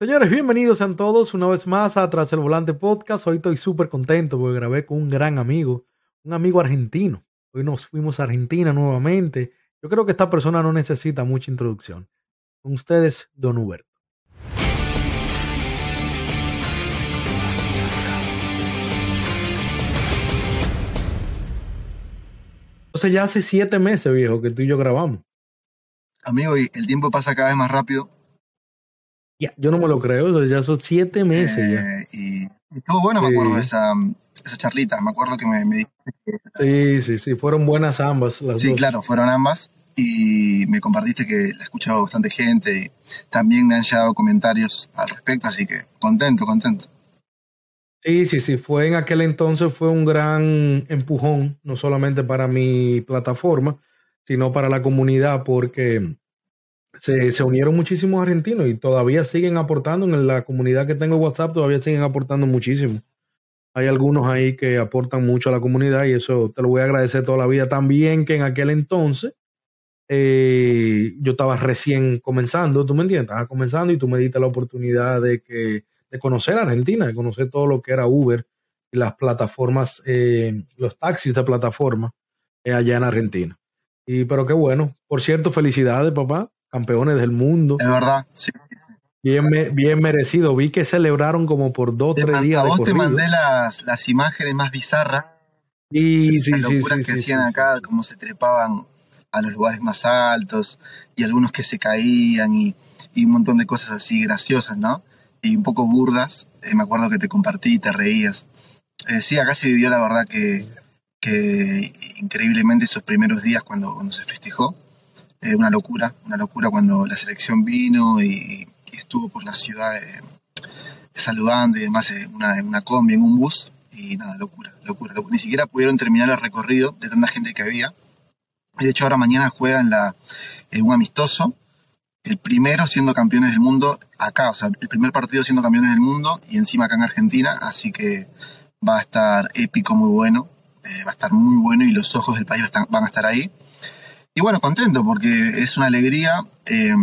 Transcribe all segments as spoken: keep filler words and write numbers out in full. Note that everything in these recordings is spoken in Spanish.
Señores, bienvenidos sean todos una vez más a Tras el Volante Podcast. Hoy estoy súper contento porque grabé con un gran amigo, un amigo argentino. Hoy nos fuimos a Argentina nuevamente. Yo creo que esta persona no necesita mucha introducción. Con ustedes, Don Huberto. Entonces ya hace siete meses, viejo, que tú y yo grabamos. Amigo, y el tiempo pasa cada vez más rápido. Ya, yo no me lo creo, ya son siete meses eh, ya. Y, y estuvo bueno, Sí. me acuerdo de esa, esa charlita. Me acuerdo que me, me dijiste que... Sí, sí, sí, fueron buenas ambas las Sí, dos. claro, fueron ambas. Y me compartiste que la ha escuchado bastante gente y también me han llegado comentarios al respecto, así que contento, contento. Sí, sí, sí, fue en aquel entonces fue un gran empujón, no solamente para mi plataforma, sino para la comunidad, porque se, se unieron muchísimos argentinos y todavía siguen aportando en la comunidad que tengo en WhatsApp, todavía siguen aportando muchísimo. Hay algunos ahí que aportan mucho a la comunidad y eso te lo voy a agradecer toda la vida. También que en aquel entonces eh, yo estaba recién comenzando, ¿tú me entiendes? Estaba comenzando y tú me diste la oportunidad de que de conocer Argentina, de conocer todo lo que era Uber y las plataformas, eh, los taxis de plataforma eh, allá en Argentina. Y pero qué bueno. Por cierto, felicidades, papá, campeones del mundo. Es verdad, sí. Bien, me, bien merecido. Vi que celebraron como por dos o tres man, días a de vos corrido. Te mandé las, las imágenes más bizarras. Sí, sí, las sí, locuras sí, que sí, hacían sí, acá, sí. cómo se trepaban a los lugares más altos y algunos que se caían y, y un montón de cosas así graciosas, ¿no? Y un poco burdas. Eh, me acuerdo que te compartí y te reías. Eh, sí, acá se vivió la verdad que, que increíblemente esos primeros días cuando, cuando se festejó. Eh, una locura, una locura cuando la selección vino y, y estuvo por la ciudad eh, saludando y demás en una, en una combi, en un bus. Y nada, locura, locura, locura. Ni siquiera pudieron terminar el recorrido de tanta gente que había. Y de hecho ahora mañana juegan la, eh, un amistoso, el primero siendo campeones del mundo acá, o sea, el primer partido siendo campeones del mundo y encima acá en Argentina, así que va a estar épico, muy bueno, eh, va a estar muy bueno y los ojos del país están, van a estar ahí. Y bueno, contento porque es una alegría eh,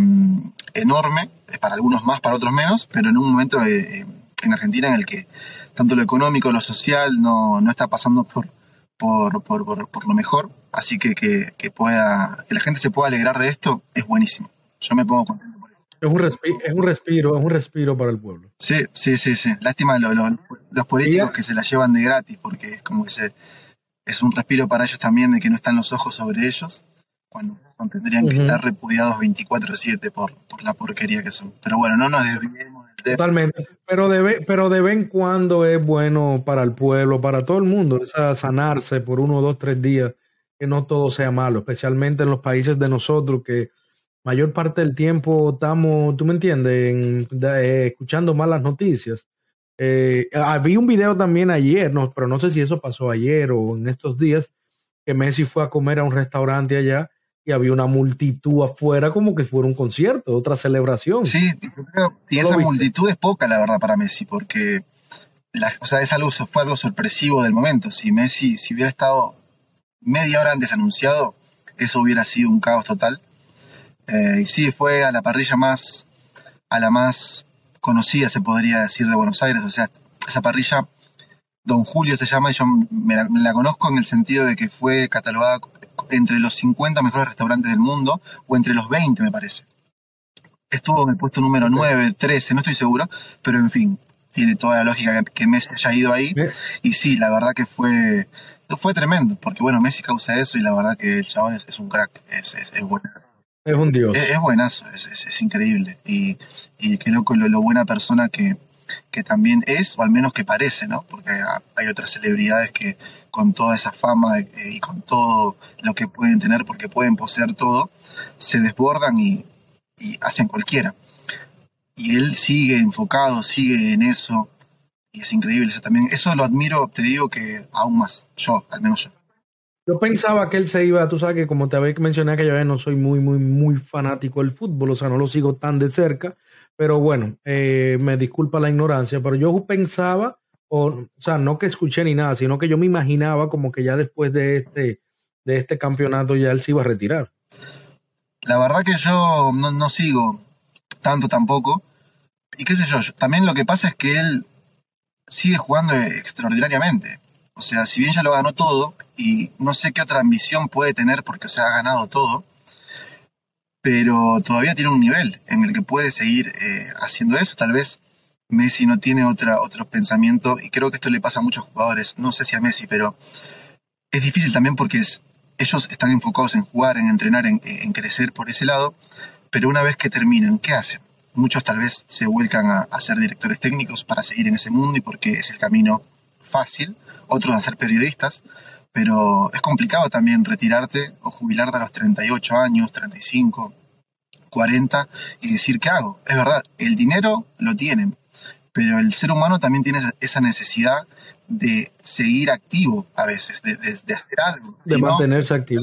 enorme, para algunos más, para otros menos, pero en un momento eh, en Argentina en el que tanto lo económico, lo social no, no está pasando por, por, por, por, por lo mejor, así que, que, que, pueda, que la gente se pueda alegrar de esto es buenísimo. Yo me pongo contento por eso. Es un, respi es un respiro, es un respiro para el pueblo. Sí, sí, sí, sí. Lástima lo, lo, los políticos que se la llevan de gratis, porque es como que se, es un respiro para ellos también de que no están los ojos sobre ellos, cuando tendrían que uh-huh. estar repudiados veinticuatro siete por, por la porquería que son. Pero bueno, no nos desviemos del tema. Totalmente, pero de, pero de vez en cuando es bueno para el pueblo, para todo el mundo, es a sanarse por uno, dos, tres días, que no todo sea malo, especialmente en los países de nosotros que mayor parte del tiempo estamos, tú me entiendes, en, de, eh, escuchando malas noticias. Eh, había un video también ayer, no, pero no sé si eso pasó ayer o en estos días, que Messi fue a comer a un restaurante allá y había una multitud afuera como que fuera un concierto, otra celebración. Sí, yo creo, y esa multitud es poca, la verdad, para Messi, porque la, o sea, es algo, fue algo sorpresivo del momento. Si Messi, si hubiera estado media hora antes anunciado, eso hubiera sido un caos total. Eh, y sí, fue a la parrilla más, a la más conocida, se podría decir, de Buenos Aires. O sea, esa parrilla, Don Julio se llama, y yo me la, me la conozco en el sentido de que fue catalogada entre los cincuenta mejores restaurantes del mundo, o entre los veinte, me parece. Estuvo en el puesto número nueve, trece, no estoy seguro, pero en fin, tiene toda la lógica que, que Messi haya ido ahí. ¿Eh? Y sí, la verdad que fue, fue tremendo, porque bueno, Messi causa eso y la verdad que el chabón es, es un crack, es, es, es bueno. Es un dios. Es, es buenazo, es, es, es increíble. Y, y qué loco lo, lo buena persona que, que también es, o al menos que parece, ¿no? Porque hay otras celebridades que con toda esa fama eh, y con todo lo que pueden tener, porque pueden poseer todo, se desbordan y, y hacen cualquiera. Y él sigue enfocado, sigue en eso, y es increíble eso también. Eso lo admiro, te digo que aún más, yo, al menos yo. Yo pensaba que él se iba, tú sabes que como te había mencionado que yo no soy muy, muy, muy fanático del fútbol, o sea, no lo sigo tan de cerca, pero bueno, eh, me disculpa la ignorancia, pero yo pensaba, o, o sea, no que escuché ni nada, sino que yo me imaginaba como que ya después de este, de este campeonato ya él se iba a retirar. La verdad que yo no, no sigo tanto tampoco, y qué sé yo, yo- también lo que pasa es que él sigue jugando extraordinariamente. O sea, si bien ya lo ganó todo, y no sé qué otra ambición puede tener porque, o sea, ha ganado todo, pero todavía tiene un nivel en el que puede seguir eh, haciendo eso. Tal vez Messi no tiene otra, otros pensamientos, y creo que esto le pasa a muchos jugadores, no sé si a Messi, pero es difícil también porque es- ellos están enfocados en jugar, en entrenar, en, en crecer por ese lado, pero una vez que terminan, ¿qué hacen? Muchos tal vez se vuelcan a, a ser directores técnicos para seguir en ese mundo y porque es el camino fácil, otros a ser periodistas, pero es complicado también retirarte o jubilarte a los treinta y ocho años, treinta y cinco, cuarenta y decir, ¿qué hago? Es verdad, el dinero lo tienen, pero el ser humano también tiene esa- esa necesidad de seguir activo a veces, de, de- de hacer algo. de Si no, mantenerse activo.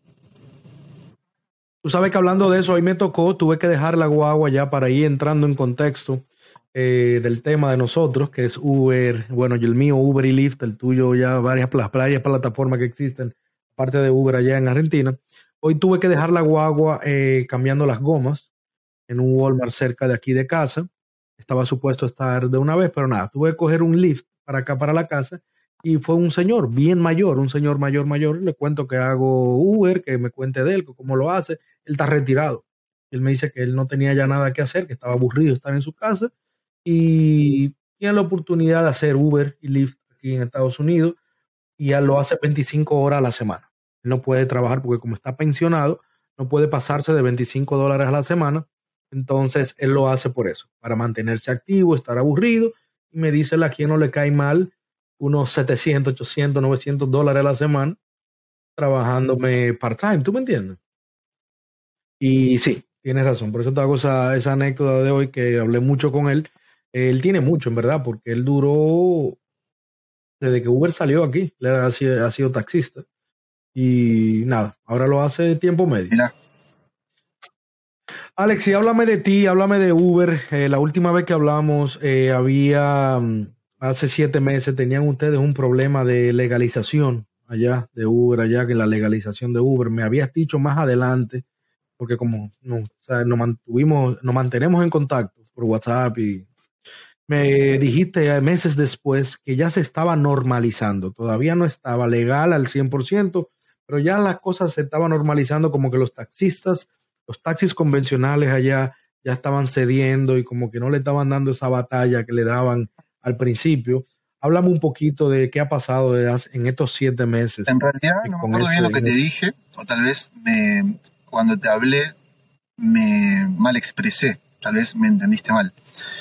Tú sabes que hablando de eso, hoy me tocó, tuve que dejar la guagua ya para ir entrando en contexto eh, del tema de nosotros, que es Uber, bueno, y el mío, Uber y Lyft, el tuyo ya varias, pla- varias plataformas que existen, aparte de Uber allá en Argentina. Hoy tuve que dejar la guagua eh, cambiando las gomas en un Walmart cerca de aquí de casa. Estaba supuesto estar de una vez, pero nada, tuve que coger un Lyft para acá, para la casa, y fue un señor bien mayor, un señor mayor, mayor. Le cuento que hago Uber, que me cuente de él, que cómo lo hace. Él está retirado. Él me dice que él no tenía ya nada que hacer, que estaba aburrido estar en su casa y tiene la oportunidad de hacer Uber y Lyft aquí en Estados Unidos y él lo hace veinticinco horas a la semana. Él no puede trabajar porque como está pensionado, no puede pasarse de veinticinco dólares a la semana. Entonces, él lo hace por eso, para mantenerse activo, estar aburrido. Y me dice, a quien no le cae mal unos setecientos, ochocientos, novecientos dólares a la semana trabajándome part-time. ¿Tú me entiendes? Y sí, tienes razón. Por eso te hago esa, esa anécdota de hoy que hablé mucho con él. Él tiene mucho, en verdad, porque él duró desde que Uber salió aquí. Él ha sido, ha sido taxista. Y nada, ahora lo hace tiempo medio. mirá, Alex, y háblame de ti, háblame de Uber. Eh, la última vez que hablamos, eh, había, mm, hace siete meses, tenían ustedes un problema de legalización allá de Uber, allá que la legalización de Uber. Me habías dicho más adelante, porque como no, o sea, nos mantuvimos, nos mantenemos en contacto por WhatsApp y me dijiste eh, meses después que ya se estaba normalizando. Todavía no estaba legal al cien por ciento, pero ya las cosas se estaban normalizando, como que los taxistas, los taxis convencionales allá ya estaban cediendo y como que no le estaban dando esa batalla que le daban al principio. Háblame un poquito de qué ha pasado de hace- en estos siete meses en realidad eh, no me con acuerdo bien lo ese, que en te ese- dije, o tal vez me, cuando te hablé me mal expresé, tal vez me entendiste mal.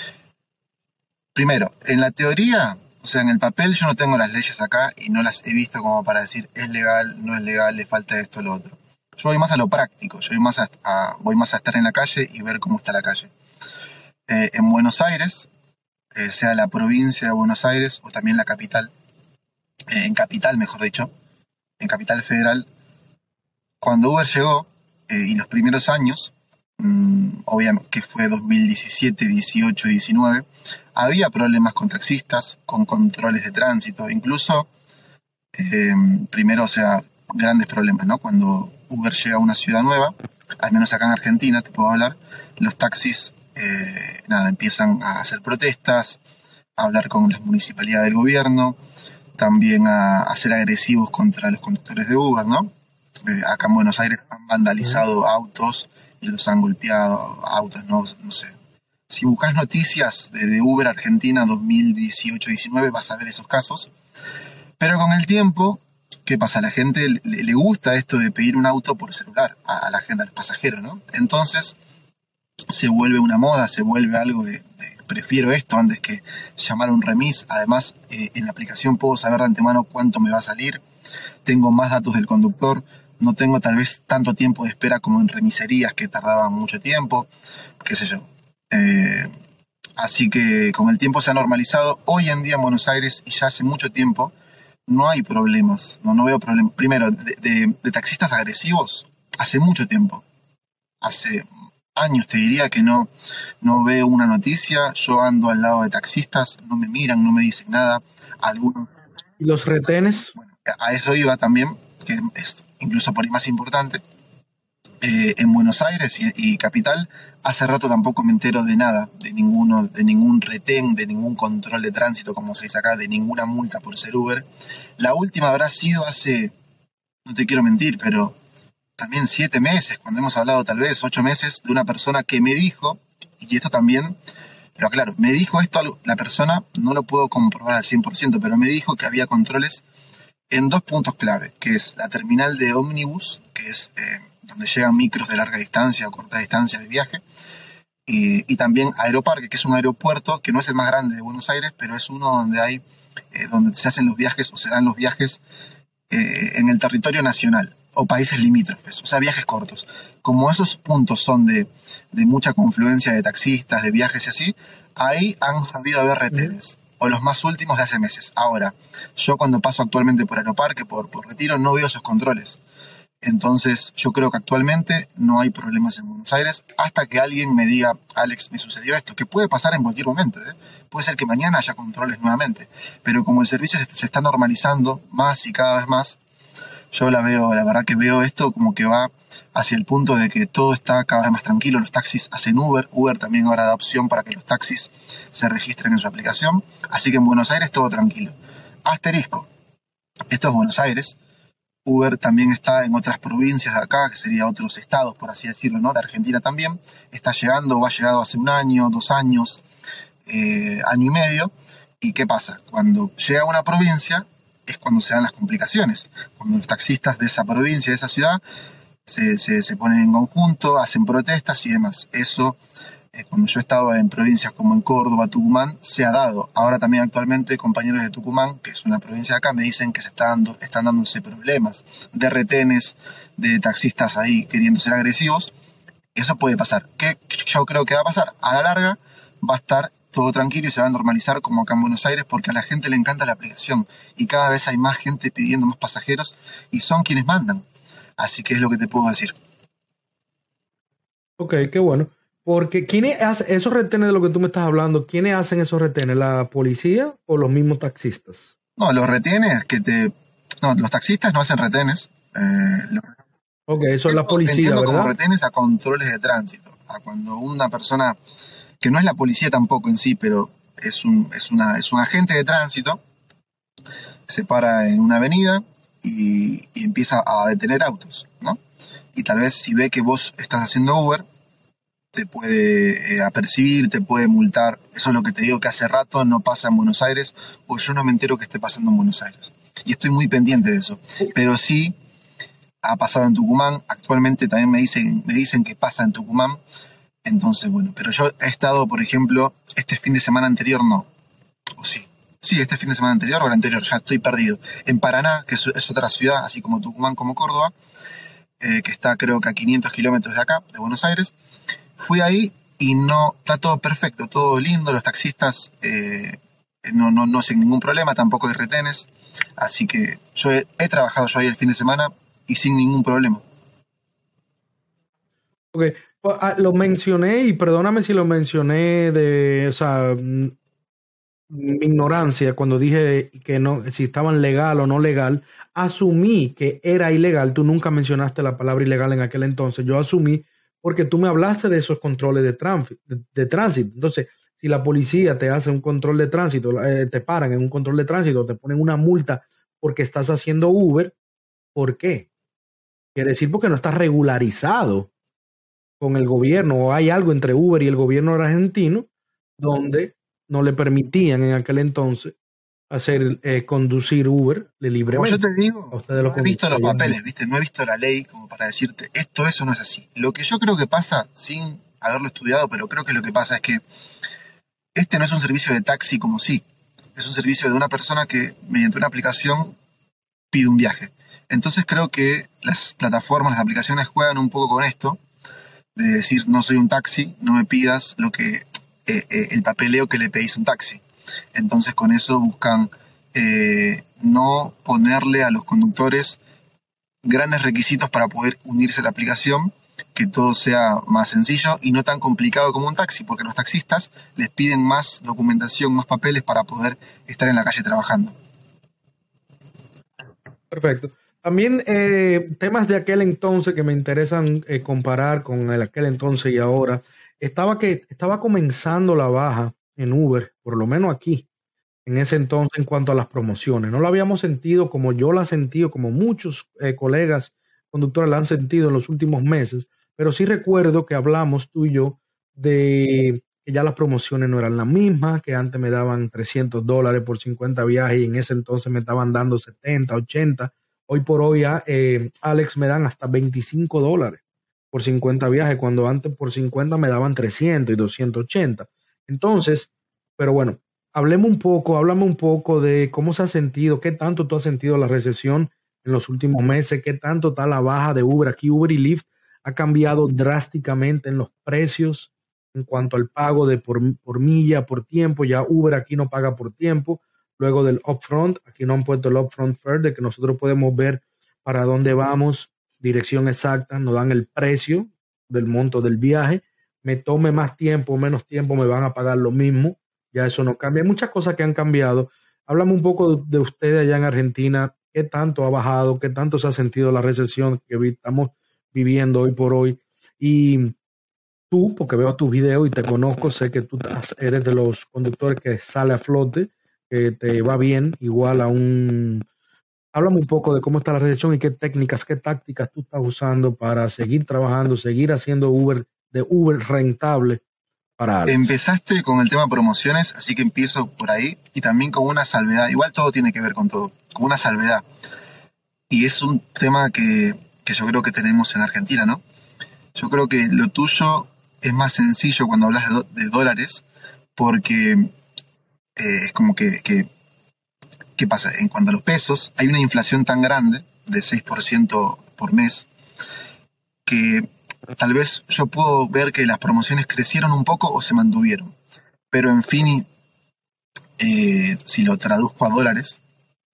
Primero, en la teoría, o sea, en el papel yo no tengo las leyes acá y no las he visto como para decir es legal, no es legal, le falta esto, lo otro. Yo voy más a lo práctico, yo voy más a, a- voy más a estar en la calle y ver cómo está la calle. Eh, en Buenos Aires, eh, sea la provincia de Buenos Aires o también la capital, eh, en capital mejor dicho, en capital federal, cuando Uber llegó eh, y los primeros años, mmm, obviamente que fue dos mil diecisiete, dieciocho, diecinueve, había problemas con taxistas, con controles de tránsito, incluso eh, primero, o sea, grandes problemas, ¿no? Cuando Uber llega a una ciudad nueva, al menos acá en Argentina, te puedo hablar, los taxis, eh, nada, empiezan a hacer protestas, a hablar con la municipalidad del gobierno, también a, a ser agresivos contra los conductores de Uber, ¿no? Eh, acá en Buenos Aires han vandalizado autos y los han golpeado, autos, ¿no? No sé. Si buscas noticias de, de Uber Argentina dos mil dieciocho diecinueve vas a ver esos casos. Pero con el tiempo, ¿qué pasa? A la gente le, le gusta esto de pedir un auto por celular, a, a la gente, a los pasajeros, ¿no? Entonces se vuelve una moda, se vuelve algo de, de prefiero esto antes que llamar a un remis. Además, eh, en la aplicación puedo saber de antemano cuánto me va a salir, tengo más datos del conductor, no tengo tal vez tanto tiempo de espera como en remiserías que tardaban mucho tiempo, qué sé yo. Eh, así que con el tiempo se ha normalizado. Hoy en día en Buenos Aires, y ya hace mucho tiempo, no hay problemas, no, no veo problemas. Primero, de, de- de taxistas agresivos, hace mucho tiempo, hace años te diría que no, no veo una noticia, yo ando al lado de taxistas, no me miran, no me dicen nada, algunos, y los retenes. bueno, a eso iba también, que es incluso por ahí más importante, Eh, en Buenos Aires y, y Capital, hace rato tampoco me entero de nada, de ninguno, de ningún retén, de ningún control de tránsito, como se dice acá, de ninguna multa por ser Uber. La última habrá sido hace, no te quiero mentir, pero también siete meses, cuando hemos hablado tal vez ocho meses, de una persona que me dijo, y esto también, pero claro, me dijo esto, la persona, no lo puedo comprobar al cien por ciento, pero me dijo que había controles en dos puntos clave, que es la terminal de ómnibus, que es eh, donde llegan micros de larga distancia o corta distancia de viaje, y, y también Aeroparque, que es un aeropuerto que no es el más grande de Buenos Aires, pero es uno donde hay, eh, donde se hacen los viajes o se dan los viajes eh, en el territorio nacional o países limítrofes, o sea, viajes cortos. Como esos puntos son de, de mucha confluencia de taxistas, de viajes y así, ahí han sabido haber retenes, o los más últimos de hace meses. Ahora, yo cuando paso actualmente por Aeroparque, por, por Retiro, no veo esos controles. Entonces, yo creo que actualmente no hay problemas en Buenos Aires hasta que alguien me diga, Alex, me sucedió esto, que puede pasar en cualquier momento, ¿eh? Puede ser que mañana haya controles nuevamente, pero como el servicio se, se está normalizando más y cada vez más, yo la veo, la verdad que veo esto como que va hacia el punto de que todo está cada vez más tranquilo. Los taxis hacen Uber, Uber también ahora da opción para que los taxis se registren en su aplicación, así que en Buenos Aires todo tranquilo. Asterisco, esto es Buenos Aires. Uber también está en otras provincias de acá, que serían otros estados, por así decirlo, ¿no? De Argentina también. Está llegando o ha llegado hace un año, dos años, eh, año y medio. ¿Y qué pasa? Cuando llega a una provincia es cuando se dan las complicaciones. Cuando los taxistas de esa provincia, de esa ciudad, se, se, se ponen en conjunto, hacen protestas y demás. Eso, eh, cuando yo estaba en provincias como en Córdoba, Tucumán, se ha dado. Ahora también actualmente compañeros de Tucumán, que es una provincia de acá, me dicen que se está dando, están dándose problemas de retenes, de taxistas ahí queriendo ser agresivos. Eso puede pasar. ¿Qué yo creo que va a pasar? A la larga va a estar todo tranquilo y se va a normalizar como acá en Buenos Aires porque a la gente le encanta la aplicación y cada vez hay más gente pidiendo más pasajeros y son quienes mandan. Así que es lo que te puedo decir. Ok, qué bueno. Porque ¿quiénes hacen esos retenes de lo que tú me estás hablando? ¿Quiénes hacen esos retenes? ¿La policía o los mismos taxistas? No, los retenes que te... No, los taxistas no hacen retenes. Eh, los... Ok, eso es la entiendo, policía, entiendo como ¿verdad? retenes a controles de tránsito. A cuando una persona, que no es la policía tampoco en sí, pero es un, es una, es un agente de tránsito, se para en una avenida y, y empieza a detener autos, ¿no? Y tal vez si ve que vos estás haciendo Uber, te puede eh, apercibir, te puede multar. Eso es lo que te digo que hace rato no pasa en Buenos Aires, o yo no me entero que esté pasando en Buenos Aires. Y estoy muy pendiente de eso. Pero sí ha pasado en Tucumán, actualmente también me dicen, me dicen que pasa en Tucumán. Entonces, bueno, pero yo he estado, por ejemplo, este fin de semana anterior no. O sí. Sí, este fin de semana anterior o el anterior, ya estoy perdido. En Paraná, que es, es otra ciudad, así como Tucumán, como Córdoba, eh, que está creo que a quinientos kilómetros de acá, de Buenos Aires. Fui ahí y no, está todo perfecto, todo lindo, los taxistas eh, no, no, no hacen ningún problema, tampoco hay retenes, así que yo he, he trabajado yo ahí el fin de semana y sin ningún problema. Ok, pues, ah, lo mencioné y perdóname si lo mencioné de, o sea, mm, mi ignorancia cuando dije que no, si estaban legal o no legal, asumí que era ilegal. Tú nunca mencionaste la palabra ilegal en aquel entonces. Yo asumí porque tú me hablaste de esos controles de, tránf- de, de tránsito. Entonces, si la policía te hace un control de tránsito, eh, te paran en un control de tránsito, te ponen una multa porque estás haciendo Uber, ¿por qué? Quiere decir porque no estás regularizado con el gobierno o hay algo entre Uber y el gobierno argentino donde no le permitían en aquel entonces hacer eh, conducir Uber Como yo libremente. te digo, A ustedes los no he visto los conductores. papeles, ¿viste? No he visto la ley como para decirte esto, eso no es así. Lo que yo creo que pasa, sin haberlo estudiado, pero creo que lo que pasa es que este no es un servicio de taxi como sí. Es un servicio de una persona que mediante una aplicación pide un viaje. Entonces creo que las plataformas, las aplicaciones juegan un poco con esto, de decir no soy un taxi, no me pidas lo que eh, eh, el papeleo que le pedís a un taxi. Entonces con eso buscan eh, no ponerle a los conductores grandes requisitos para poder unirse a la aplicación, que todo sea más sencillo y no tan complicado como un taxi, porque los taxistas les piden más documentación, más papeles para poder estar en la calle trabajando. Perfecto. También eh, temas de aquel entonces que me interesan eh, comparar con el aquel entonces y ahora. Estaba que estaba comenzando la baja en Uber, por lo menos aquí, en ese entonces en cuanto a las promociones. No lo habíamos sentido como yo la he sentido, como muchos eh, colegas conductores la han sentido en los últimos meses, pero sí recuerdo que hablamos tú y yo de que ya las promociones no eran las mismas, que antes me daban trescientos dólares por cincuenta viajes y en ese entonces me estaban dando setenta, ochenta. Hoy por hoy, ah, eh, Alex, me dan hasta veinticinco dólares por cincuenta viajes, cuando antes por cincuenta me daban trescientos y doscientos ochenta. Entonces, pero bueno, hablemos un poco, háblame un poco de cómo se ha sentido, qué tanto tú has sentido la recesión en los últimos meses, qué tanto está la baja de Uber. Aquí Uber y Lyft ha cambiado drásticamente en los precios en cuanto al pago de por, por milla, por tiempo. Ya Uber aquí no paga por tiempo. Luego del upfront, aquí no han puesto el upfront fare, de que nosotros podemos ver para dónde vamos, dirección exacta, nos dan el precio del monto del viaje. Me tome más tiempo o menos tiempo, me van a pagar lo mismo. Ya eso no cambia. Hay muchas cosas que han cambiado. Háblame un poco de, de ustedes allá en Argentina. ¿Qué tanto ha bajado? ¿Qué tanto se ha sentido la recesión que vi- estamos viviendo hoy por hoy? Y tú, porque veo tus videos y te conozco, sé que tú estás- eres de los conductores que sale a flote, que te va bien, igual a un... Háblame un poco de cómo está la recesión y qué técnicas, qué tácticas tú estás usando para seguir trabajando, seguir haciendo Uber de Uber rentable para Alex. Empezaste con el tema promociones, así que empiezo por ahí y también con una salvedad. Igual todo tiene que ver con todo, con una salvedad. Y es un tema que, que yo creo que tenemos en Argentina, ¿no? Yo creo que lo tuyo es más sencillo cuando hablas de, do- de dólares, porque eh, es como que, que, ¿qué pasa? En cuanto a los pesos, hay una inflación tan grande, de seis por ciento por mes, que tal vez yo puedo ver que las promociones crecieron un poco o se mantuvieron. Pero en fin, eh, si lo traduzco a dólares,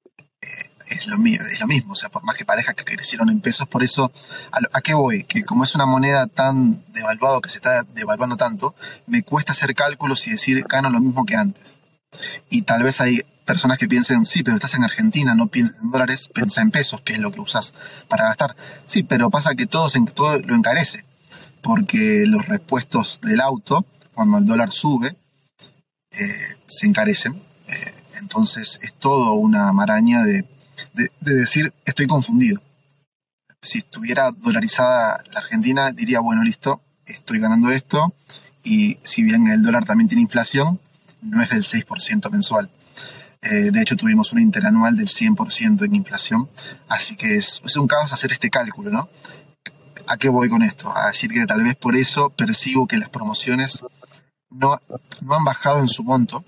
es lo, mi- es lo mismo. O sea, por más que parezca que crecieron en pesos, por eso, ¿a, lo- a qué voy? Que como es una moneda tan devaluada, que se está devaluando tanto, me cuesta hacer cálculos y decir gano lo mismo que antes. Y tal vez hay personas que piensen, sí, pero estás en Argentina, no piensas en dólares, piensa en pesos, que es lo que usas para gastar. Sí, pero pasa que todo, se- todo lo encarece, porque los repuestos del auto, cuando el dólar sube, eh, se encarecen. Eh, entonces es todo una maraña de, de, de decir, estoy confundido. Si estuviera dolarizada la Argentina, diría, bueno, listo, estoy ganando esto, y si bien el dólar también tiene inflación, no es del seis por ciento mensual. Eh, de hecho, tuvimos una interanual del cien por ciento en inflación, así que es, es un caos hacer este cálculo, ¿no? ¿A qué voy con esto? A decir que tal vez por eso percibo que las promociones no, no han bajado en su monto,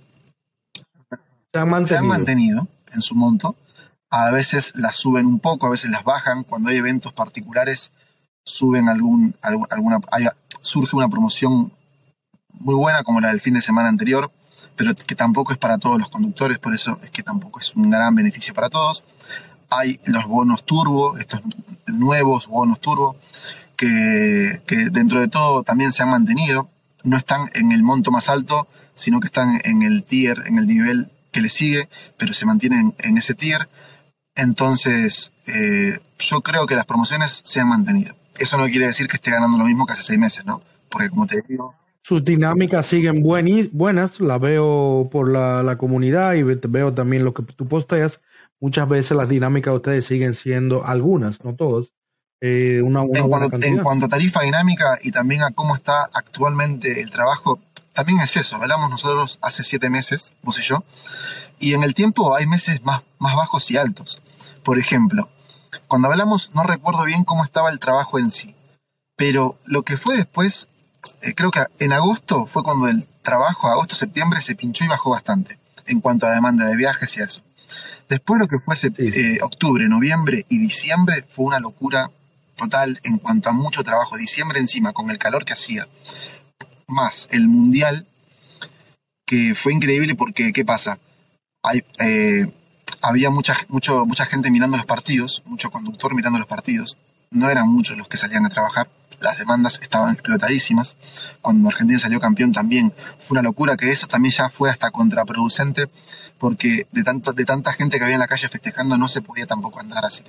Se han se han mantenido. mantenido en su monto. A veces las suben un poco, a veces las bajan. Cuando hay eventos particulares, suben algún, algún- alguna, hay- surge una promoción muy buena como la del fin de semana anterior, pero que tampoco es para todos los conductores, por eso es que tampoco es un gran beneficio para todos. Hay los bonos turbo, estos nuevos bonos turbo, que, que dentro de todo también se han mantenido. No están en el monto más alto, sino que están en el tier, en el nivel que le sigue, pero se mantienen en ese tier. Entonces, eh, yo creo que las promociones se han mantenido. Eso no quiere decir que esté ganando lo mismo que hace seis meses, ¿no? Porque como te digo, Sus dinámicas siguen buenis- buenas, la veo por la, la comunidad y ve- veo también lo que tú posteas. Muchas veces las dinámicas de ustedes siguen siendo algunas, no todas, eh, una, una en buena cuanto, en cantidad. cuanto a tarifa dinámica y también a cómo está actualmente el trabajo, también es eso. Hablamos nosotros hace siete meses, vos y yo, y en el tiempo hay meses más, más bajos y altos. Por ejemplo, cuando hablamos, no recuerdo bien cómo estaba el trabajo en sí, pero lo que fue después, eh, creo que en agosto fue cuando el trabajo, agosto-septiembre, se pinchó y bajó bastante en cuanto a demanda de viajes y eso. Después lo que fue sep- Sí, sí. eh, octubre, noviembre y diciembre fue una locura total en cuanto a mucho trabajo. Diciembre encima, con el calor que hacía, más el mundial, que fue increíble porque, ¿qué pasa? Hay, eh, había mucha, mucho, mucha gente mirando los partidos, mucho conductor mirando los partidos. No eran muchos los que salían a trabajar. Las demandas estaban explotadísimas. Cuando Argentina salió campeón también fue una locura, que eso también ya fue hasta contraproducente, porque de, tanto, de tanta gente que había en la calle festejando no se podía tampoco andar, así que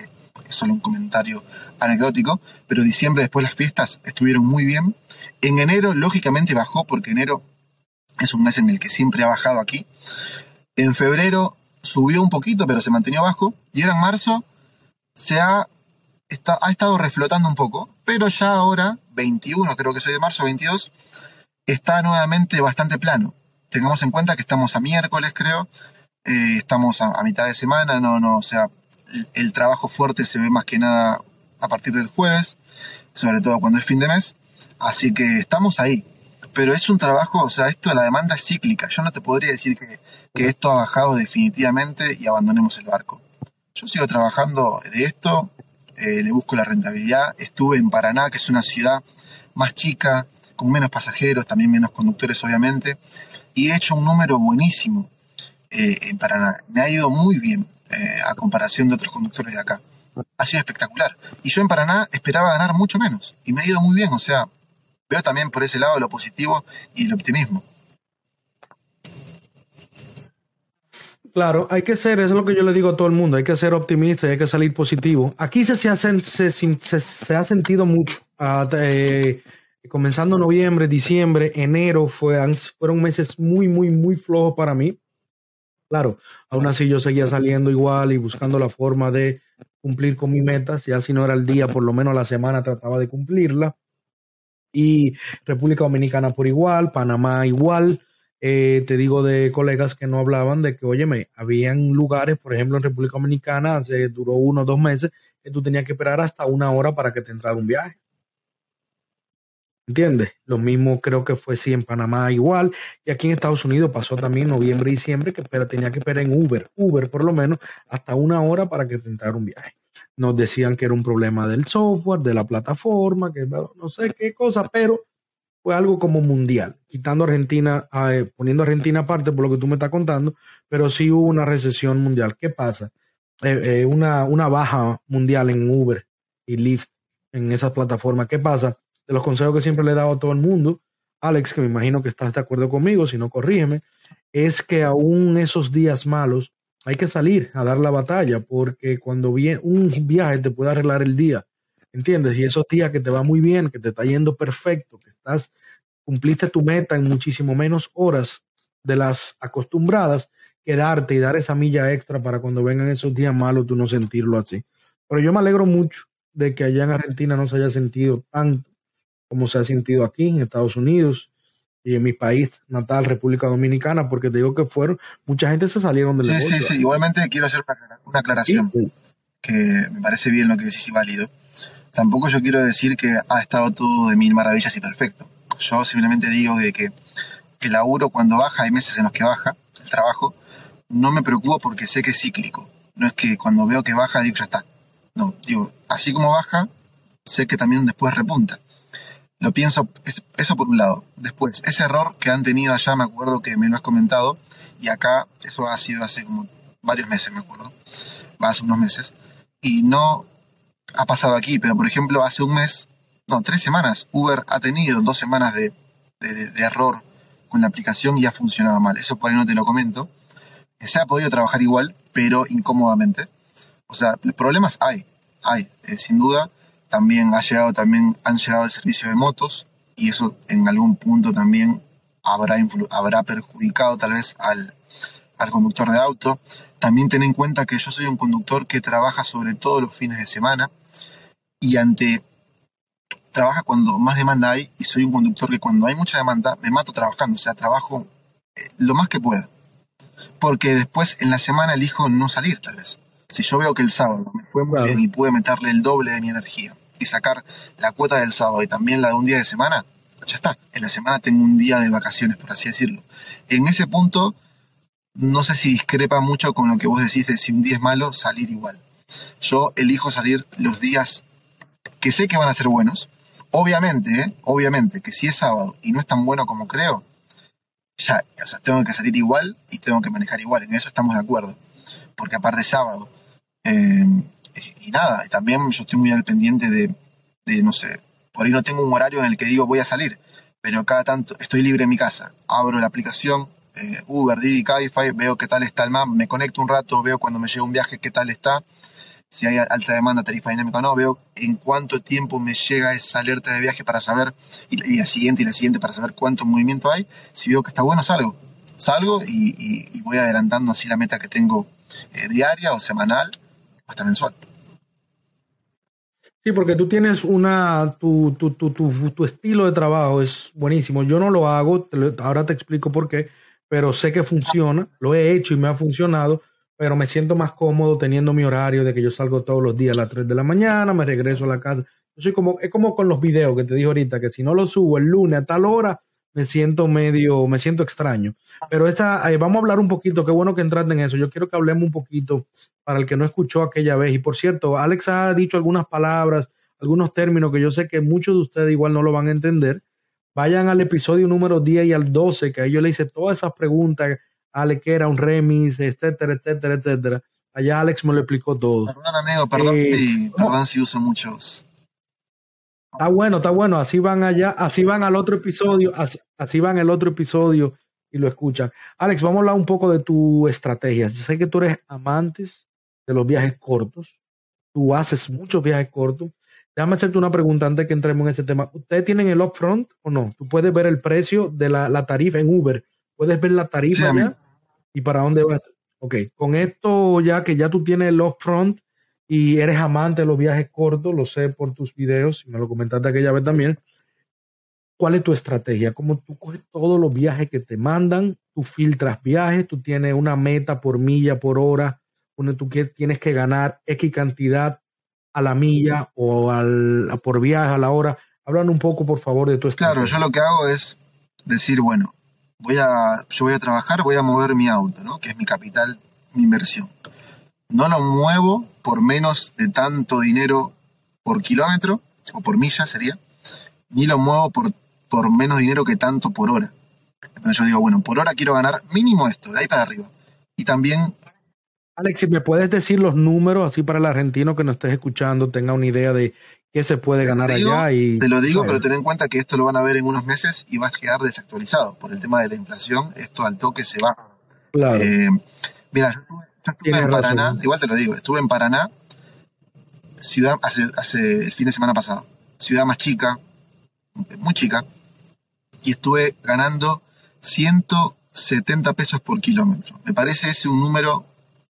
es solo un comentario anecdótico, pero diciembre, después las fiestas, estuvieron muy bien. En enero, lógicamente, bajó, porque enero es un mes en el que siempre ha bajado aquí. En febrero subió un poquito, pero se mantenió bajo, y ahora en marzo se ha, está, ha estado reflotando un poco, pero ya ahora, veintiuno, creo que soy de marzo, veintidós, está nuevamente bastante plano. Tengamos en cuenta que estamos a miércoles, creo, eh, estamos a, a mitad de semana, no, no, o sea, el, el trabajo fuerte se ve más que nada a partir del jueves, sobre todo cuando es fin de mes, así que estamos ahí. Pero es un trabajo, o sea, esto, la demanda es cíclica. Yo no te podría decir que, que esto ha bajado definitivamente y abandonemos el barco. Yo sigo trabajando de esto, eh, le busco la rentabilidad. Estuve en Paraná, que es una ciudad más chica, con menos pasajeros, también menos conductores, obviamente, y he hecho un número buenísimo eh, en Paraná. Me ha ido muy bien eh, a comparación de otros conductores de acá. Ha sido espectacular. Y yo en Paraná esperaba ganar mucho menos, y me ha ido muy bien, o sea, veo también por ese lado lo positivo y el optimismo. Claro, hay que ser, eso es lo que yo le digo a todo el mundo, hay que ser optimista y hay que salir positivo. Aquí se, se, hacen, se, se, se ha sentido mucho, uh, eh, comenzando noviembre, diciembre, enero, fue, fueron meses muy, muy, muy flojos para mí. Claro, aún así yo seguía saliendo igual y buscando la forma de cumplir con mis metas, ya si no era el día, por lo menos la semana trataba de cumplirla. Y República Dominicana por igual, Panamá igual. Eh, te digo de colegas que no hablaban de que, óyeme, habían lugares, por ejemplo, en República Dominicana, hace, duró uno o dos meses, que tú tenías que esperar hasta una hora para que te entrara un viaje. ¿Entiendes? Lo mismo creo que fue sí en Panamá igual, y aquí en Estados Unidos pasó también noviembre y diciembre, que pero tenía que esperar en Uber, Uber por lo menos, hasta una hora para que te entrara un viaje. Nos decían que era un problema del software, de la plataforma, que no sé qué cosa, pero fue algo como mundial, quitando Argentina, eh, poniendo Argentina aparte por lo que tú me estás contando, pero sí hubo una recesión mundial. ¿Qué pasa? Eh, eh, una, una baja mundial en Uber y Lyft, en esas plataformas. ¿Qué pasa? De los consejos que siempre le he dado a todo el mundo, Alex, que me imagino que estás de acuerdo conmigo, si no corrígeme, es que aún esos días malos hay que salir a dar la batalla, porque cuando viene un viaje te puede arreglar el día. ¿Entiendes? Y esos días que te va muy bien, que te está yendo perfecto, que estás, cumpliste tu meta en muchísimo menos horas de las acostumbradas, quedarte y dar esa milla extra para cuando vengan esos días malos tú no sentirlo así. Pero yo me alegro mucho de que allá en Argentina no se haya sentido tanto como se ha sentido aquí en Estados Unidos y en mi país natal, República Dominicana, porque te digo que fueron, mucha gente se salieron del sí, negocio. Sí, sí, igualmente quiero hacer una aclaración, sí, sí. que me parece bien lo que decís y válido. Tampoco yo quiero decir que ha estado todo de mil maravillas y perfecto. Yo simplemente digo de que el laburo cuando baja, hay meses en los que baja el trabajo, no me preocupo porque sé que es cíclico. No es que cuando veo que baja digo ya está. No, digo, así como baja, sé que también después repunta. Lo pienso, eso por un lado. Después, ese error que han tenido allá, me acuerdo que me lo has comentado, y acá, eso ha sido hace como varios meses, me acuerdo, hace unos meses, y no ha pasado aquí, pero por ejemplo, hace un mes, no, tres semanas, Uber ha tenido dos semanas de, de, de error con la aplicación y ha funcionado mal. Eso por ahí no te lo comento. Se ha podido trabajar igual, pero incómodamente. O sea, problemas hay, hay, eh, sin duda. También ha llegado, también han llegado el servicio de motos y eso en algún punto también habrá, influ- habrá perjudicado tal vez al, al conductor de auto. También ten en cuenta que yo soy un conductor que trabaja sobre todo los fines de semana y ante trabaja cuando más demanda hay y soy un conductor que cuando hay mucha demanda me mato trabajando, o sea, trabajo eh, lo más que pueda. Porque después en la semana elijo no salir tal vez. Si yo veo que el sábado me fue muy Claro. bien y pude meterle el doble de mi energía y sacar la cuota del sábado y también la de un día de semana, ya está. En la semana tengo un día de vacaciones, por así decirlo. En ese punto, no sé si discrepa mucho con lo que vos decís de si un día es malo, salir igual. Yo elijo salir los días que sé que van a ser buenos. Obviamente, ¿eh? Obviamente, que si es sábado y no es tan bueno como creo, ya, o sea, tengo que salir igual y tengo que manejar igual. En eso estamos de acuerdo. Porque aparte es sábado. Eh, y nada, y también yo estoy muy al pendiente de, de, no sé, por ahí no tengo un horario en el que digo voy a salir, pero cada tanto estoy libre en mi casa, abro la aplicación, eh, Uber, Didi, Cabify, veo qué tal está el map, me conecto un rato, veo cuando me llega un viaje qué tal está, si hay alta demanda, tarifa dinámica o no, veo en cuánto tiempo me llega esa alerta de viaje para saber, y, y la siguiente y la siguiente para saber cuánto movimiento hay. Si veo que está bueno, salgo. Salgo y, y, y voy adelantando así la meta que tengo eh, diaria o semanal o hasta mensual. Sí, porque tú tienes una, tu, tu, tu, tu, tu estilo de trabajo es buenísimo. Yo no lo hago, te lo- ahora te explico por qué, pero sé que funciona, lo he hecho y me ha funcionado, pero me siento más cómodo teniendo mi horario de que yo salgo todos los días a las tres de la mañana, me regreso a la casa. Yo soy como, es como con los videos que te dije ahorita, que si no los subo el lunes a tal hora, me siento medio, me siento extraño. Pero esta, eh, vamos a hablar un poquito, qué bueno que entraste en eso. Yo quiero que hablemos un poquito para el que no escuchó aquella vez. Y por cierto, Alex ha dicho algunas palabras, algunos términos que yo sé que muchos de ustedes igual no lo van a entender. Vayan al episodio número diez y al doce, que ahí yo le hice todas esas preguntas a Alex, que era un remix, etcétera, etcétera, etcétera. Allá Alex me lo explicó todo. Perdón, amigo, perdón, Eh, si, perdón si uso muchos. Está bueno, está bueno. Así van allá, así van al otro episodio, así, así van el otro episodio y lo escuchan. Alex, vamos a hablar un poco de tu estrategia. Yo sé que tú eres amante de los viajes cortos. Tú haces muchos viajes cortos. Déjame hacerte una pregunta antes que entremos en ese tema. ¿Ustedes tienen el upfront o no? Tú puedes ver el precio de la, la tarifa en Uber. Puedes ver la Sí, tarifa amigo. ya y para dónde vas. Ok, con esto ya que ya tú tienes el upfront y eres amante de los viajes cortos, lo sé por tus videos, me lo comentaste aquella vez también. ¿Cuál es tu estrategia? ¿Cómo tú coges todos los viajes que te mandan? Tú filtras viajes, tú tienes una meta por milla, por hora, donde tú quie- tienes que ganar X cantidad a la milla o al, por viaje a la hora. Hablan un poco, por favor, de tu Claro, yo estrategia. lo que hago es decir, bueno, voy a, yo voy a trabajar, voy a mover mi auto, ¿no? Que es mi capital, mi inversión. No lo muevo por menos de tanto dinero por kilómetro, o por milla sería, ni lo muevo por, por menos dinero que tanto por hora. Entonces yo digo, bueno, por hora quiero ganar mínimo esto, de ahí para arriba. Y también, Alex, si me puedes decir los números, así para el argentino que nos estés escuchando tenga una idea de qué se puede ganar te digo, allá y te lo tú digo, pero sabes. ten en cuenta que esto lo van a ver en unos meses y va a quedar desactualizado. Por el tema de la inflación, esto al toque se va. Claro, Eh, Mira, yo estuve, yo estuve tienes en Paraná, razón. igual te lo digo, estuve en Paraná, ciudad, hace, hace el fin de semana pasado. Ciudad más chica, muy chica, y estuve ganando ciento setenta pesos por kilómetro. Me parece ese un número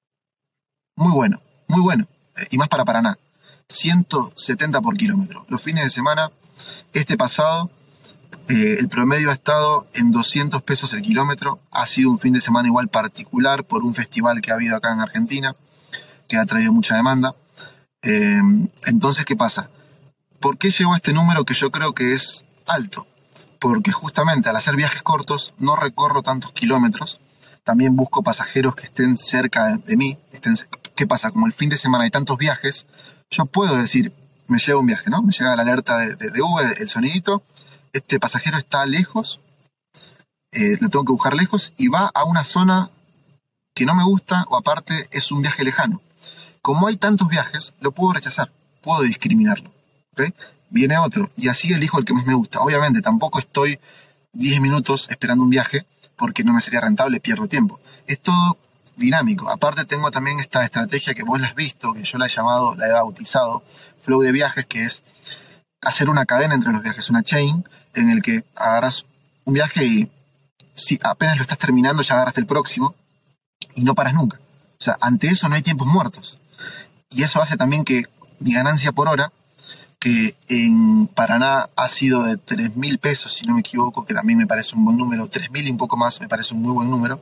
muy bueno, muy bueno, eh, y más para Paraná. ciento setenta por kilómetro. Los fines de semana, este pasado, eh, el promedio ha estado en doscientos pesos el kilómetro. Ha sido un fin de semana igual particular por un festival que ha habido acá en Argentina, que ha traído mucha demanda. Eh, entonces, ¿qué pasa? ¿Por qué llegó a este número que yo creo que es alto? Porque justamente al hacer viajes cortos no recorro tantos kilómetros, también busco pasajeros que estén cerca de, de mí. Estén, ¿qué pasa? Como el fin de semana hay tantos viajes, yo puedo decir, me llega un viaje, ¿no? Me llega la alerta de, de, de Uber, el sonidito, este pasajero está lejos, eh, lo tengo que buscar lejos y va a una zona que no me gusta o aparte es un viaje lejano. Como hay tantos viajes, lo puedo rechazar, puedo discriminarlo. ¿Ok? Viene otro y así elijo el que más me gusta. Obviamente tampoco estoy diez minutos esperando un viaje porque no me sería rentable, pierdo tiempo. Es todo dinámico. Aparte tengo también esta estrategia que vos la has visto, que yo la he llamado, la he bautizado, flow de viajes, que es hacer una cadena entre los viajes, una chain, en el que agarras un viaje y si apenas lo estás terminando ya agarraste el próximo y no paras nunca. O sea, ante eso no hay tiempos muertos. Y eso hace también que mi ganancia por hora, que en Paraná ha sido de tres mil pesos, si no me equivoco, que también me parece un buen número, tres mil y un poco más, me parece un muy buen número,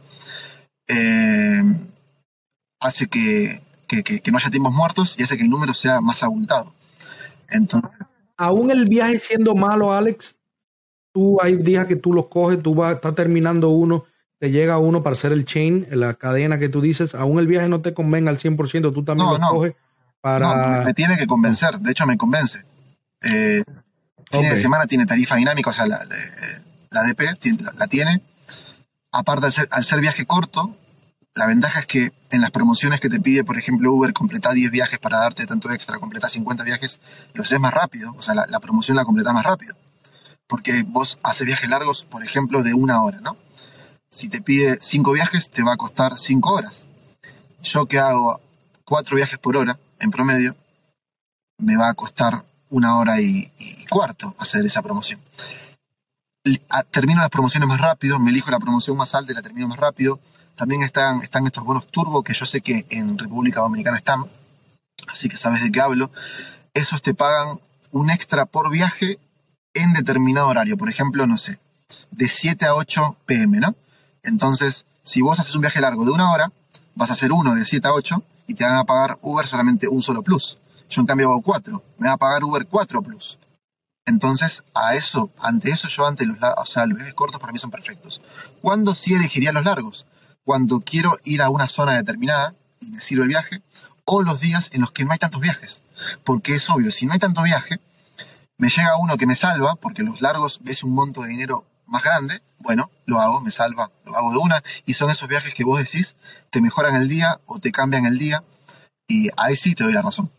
eh, hace que, que, que, que no haya tiempos muertos y hace que el número sea más abultado. Entonces, Aún el viaje siendo malo, Alex, tú hay días que tú los coges, tú vas, estás terminando uno, te llega uno para hacer el chain, la cadena que tú dices, aún el viaje no te convenga al cien por ciento, tú también no, los no, coges no, me, me para... tiene que No, convencer, de hecho me convence. Eh, Fines ok. de semana tiene tarifa dinámica, o sea, la, la, la D P la, la tiene. Aparte, al ser, al ser viaje corto, la ventaja es que en las promociones que te pide, por ejemplo, Uber, completá diez viajes para darte tanto extra, completá cincuenta viajes, lo haces más rápido, o sea, la, la promoción la completás más rápido. Porque vos haces viajes largos, por ejemplo, de una hora, ¿no? Si te pide cinco viajes, te va a costar cinco horas. Yo que hago cuatro viajes por hora, en promedio, me va a costar una hora y, y cuarto hacer esa promoción. Termino las promociones más rápido, me elijo la promoción más alta y la termino más rápido. También están, están estos bonos turbo que yo sé que en República Dominicana están, así que sabes de qué hablo. Esos te pagan un extra por viaje en determinado horario, por ejemplo, no sé, de siete a ocho pe eme, ¿no? Entonces, si vos haces un viaje largo de una hora, vas a hacer uno de siete a ocho y te van a pagar Uber solamente un solo plus. Yo en cambio hago cuatro, me va a pagar Uber cuatro plus. Entonces, a eso, ante eso, yo ante los largos, o sea, los viajes cortos para mí son perfectos. ¿Cuándo sí elegiría los largos? Cuando quiero ir a una zona determinada y me sirve el viaje, o los días en los que no hay tantos viajes. Porque es obvio, si no hay tanto viaje, me llega uno que me salva, porque los largos es un monto de dinero más grande, bueno, lo hago, me salva, lo hago de una, y son esos viajes que vos decís, te mejoran el día o te cambian el día, y ahí sí te doy la razón.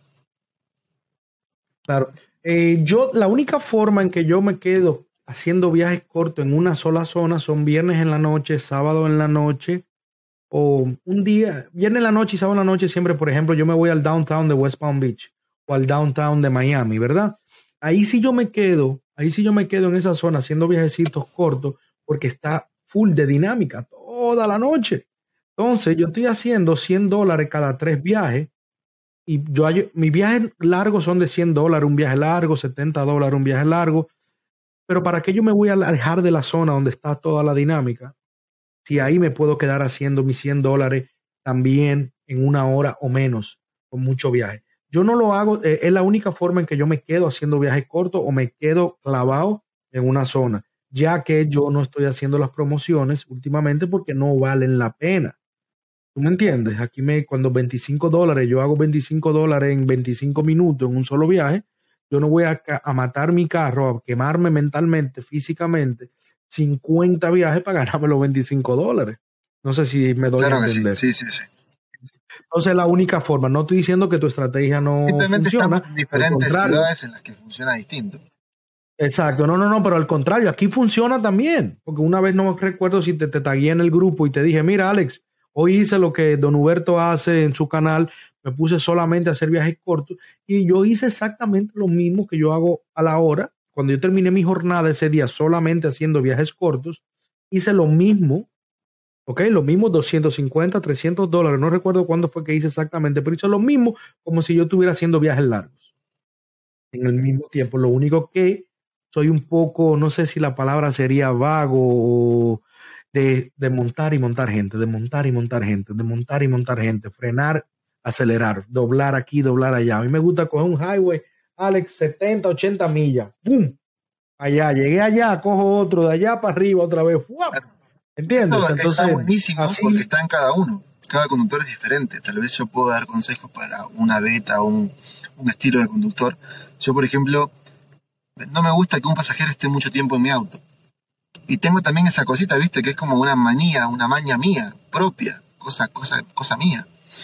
Claro. Eh, yo, la única forma en que yo me quedo haciendo viajes cortos en una sola zona son viernes en la noche, sábado en la noche, o un día, viernes en la noche y sábado en la noche, siempre, por ejemplo, yo me voy al downtown de West Palm Beach o al downtown de Miami, ¿verdad? Ahí sí yo me quedo, ahí sí yo me quedo en esa zona haciendo viajecitos cortos porque está full de dinámica toda la noche. Entonces, yo estoy haciendo cien dólares cada tres viajes. Y yo, mis viajes largos son de cien dólares un viaje largo, setenta dólares un viaje largo. Pero ¿para qué yo me voy a alejar de la zona donde está toda la dinámica? Si ahí me puedo quedar haciendo mis cien dólares también en una hora o menos con mucho viaje. Yo no lo hago, eh, es la única forma en que yo me quedo haciendo viajes cortos o me quedo clavado en una zona, ya que yo no estoy haciendo las promociones últimamente porque no valen la pena. ¿Tú me entiendes? Aquí me, cuando veinticinco dólares, yo hago veinticinco dólares en veinticinco minutos en un solo viaje, yo no voy a, a matar mi carro, a quemarme mentalmente, físicamente, cincuenta viajes para ganarme los veinticinco dólares. No sé si me doy claro a entender. Sí, sí, sí, sí. Entonces, la única forma, no estoy diciendo que tu estrategia no Simplemente funciona. Estamos en diferentes ciudades en las que funciona distinto. Exacto, no, no, no, pero al contrario, aquí funciona también, porque una vez no recuerdo si te, te tagué en el grupo y te dije, mira, Alex, hoy hice lo que Don Huberto hace en su canal, me puse solamente a hacer viajes cortos y yo hice exactamente lo mismo que yo hago a la hora. Cuando yo terminé mi jornada ese día solamente haciendo viajes cortos, hice lo mismo, ok, lo mismo doscientos cincuenta, trescientos dólares, no recuerdo cuándo fue que hice exactamente, pero hice lo mismo como si yo estuviera haciendo viajes largos en el mismo tiempo. Lo único que soy un poco, no sé si la palabra sería vago o de, de montar y montar gente, de montar y montar gente, de montar y montar gente, frenar, acelerar, doblar aquí, doblar allá. A mí me gusta coger un highway, Alex, setenta, ochenta millas, ¡pum! Allá, llegué allá, cojo otro, de allá para arriba otra vez, ¡fuap! ¿Entiendes? Esto Entonces, está buenísimo así, porque está en cada uno. Cada conductor es diferente. Tal vez yo puedo dar consejos para una beta o un, un estilo de conductor. Yo, por ejemplo, no me gusta que un pasajero esté mucho tiempo en mi auto. Y tengo también esa cosita, ¿viste? Que es como una manía, una maña mía, propia, cosa, cosa, cosa mía.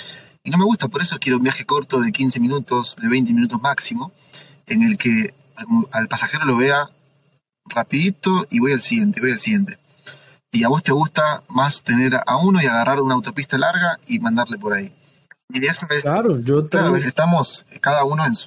Y no me gusta, por eso quiero un viaje corto de quince minutos, de veinte minutos máximo, en el que al, al pasajero lo vea rapidito y voy al siguiente, voy al siguiente. Y a vos te gusta más tener a uno y agarrar una autopista larga y mandarle por ahí. Y eso es, claro, yo claro, tengo, estamos cada uno en su...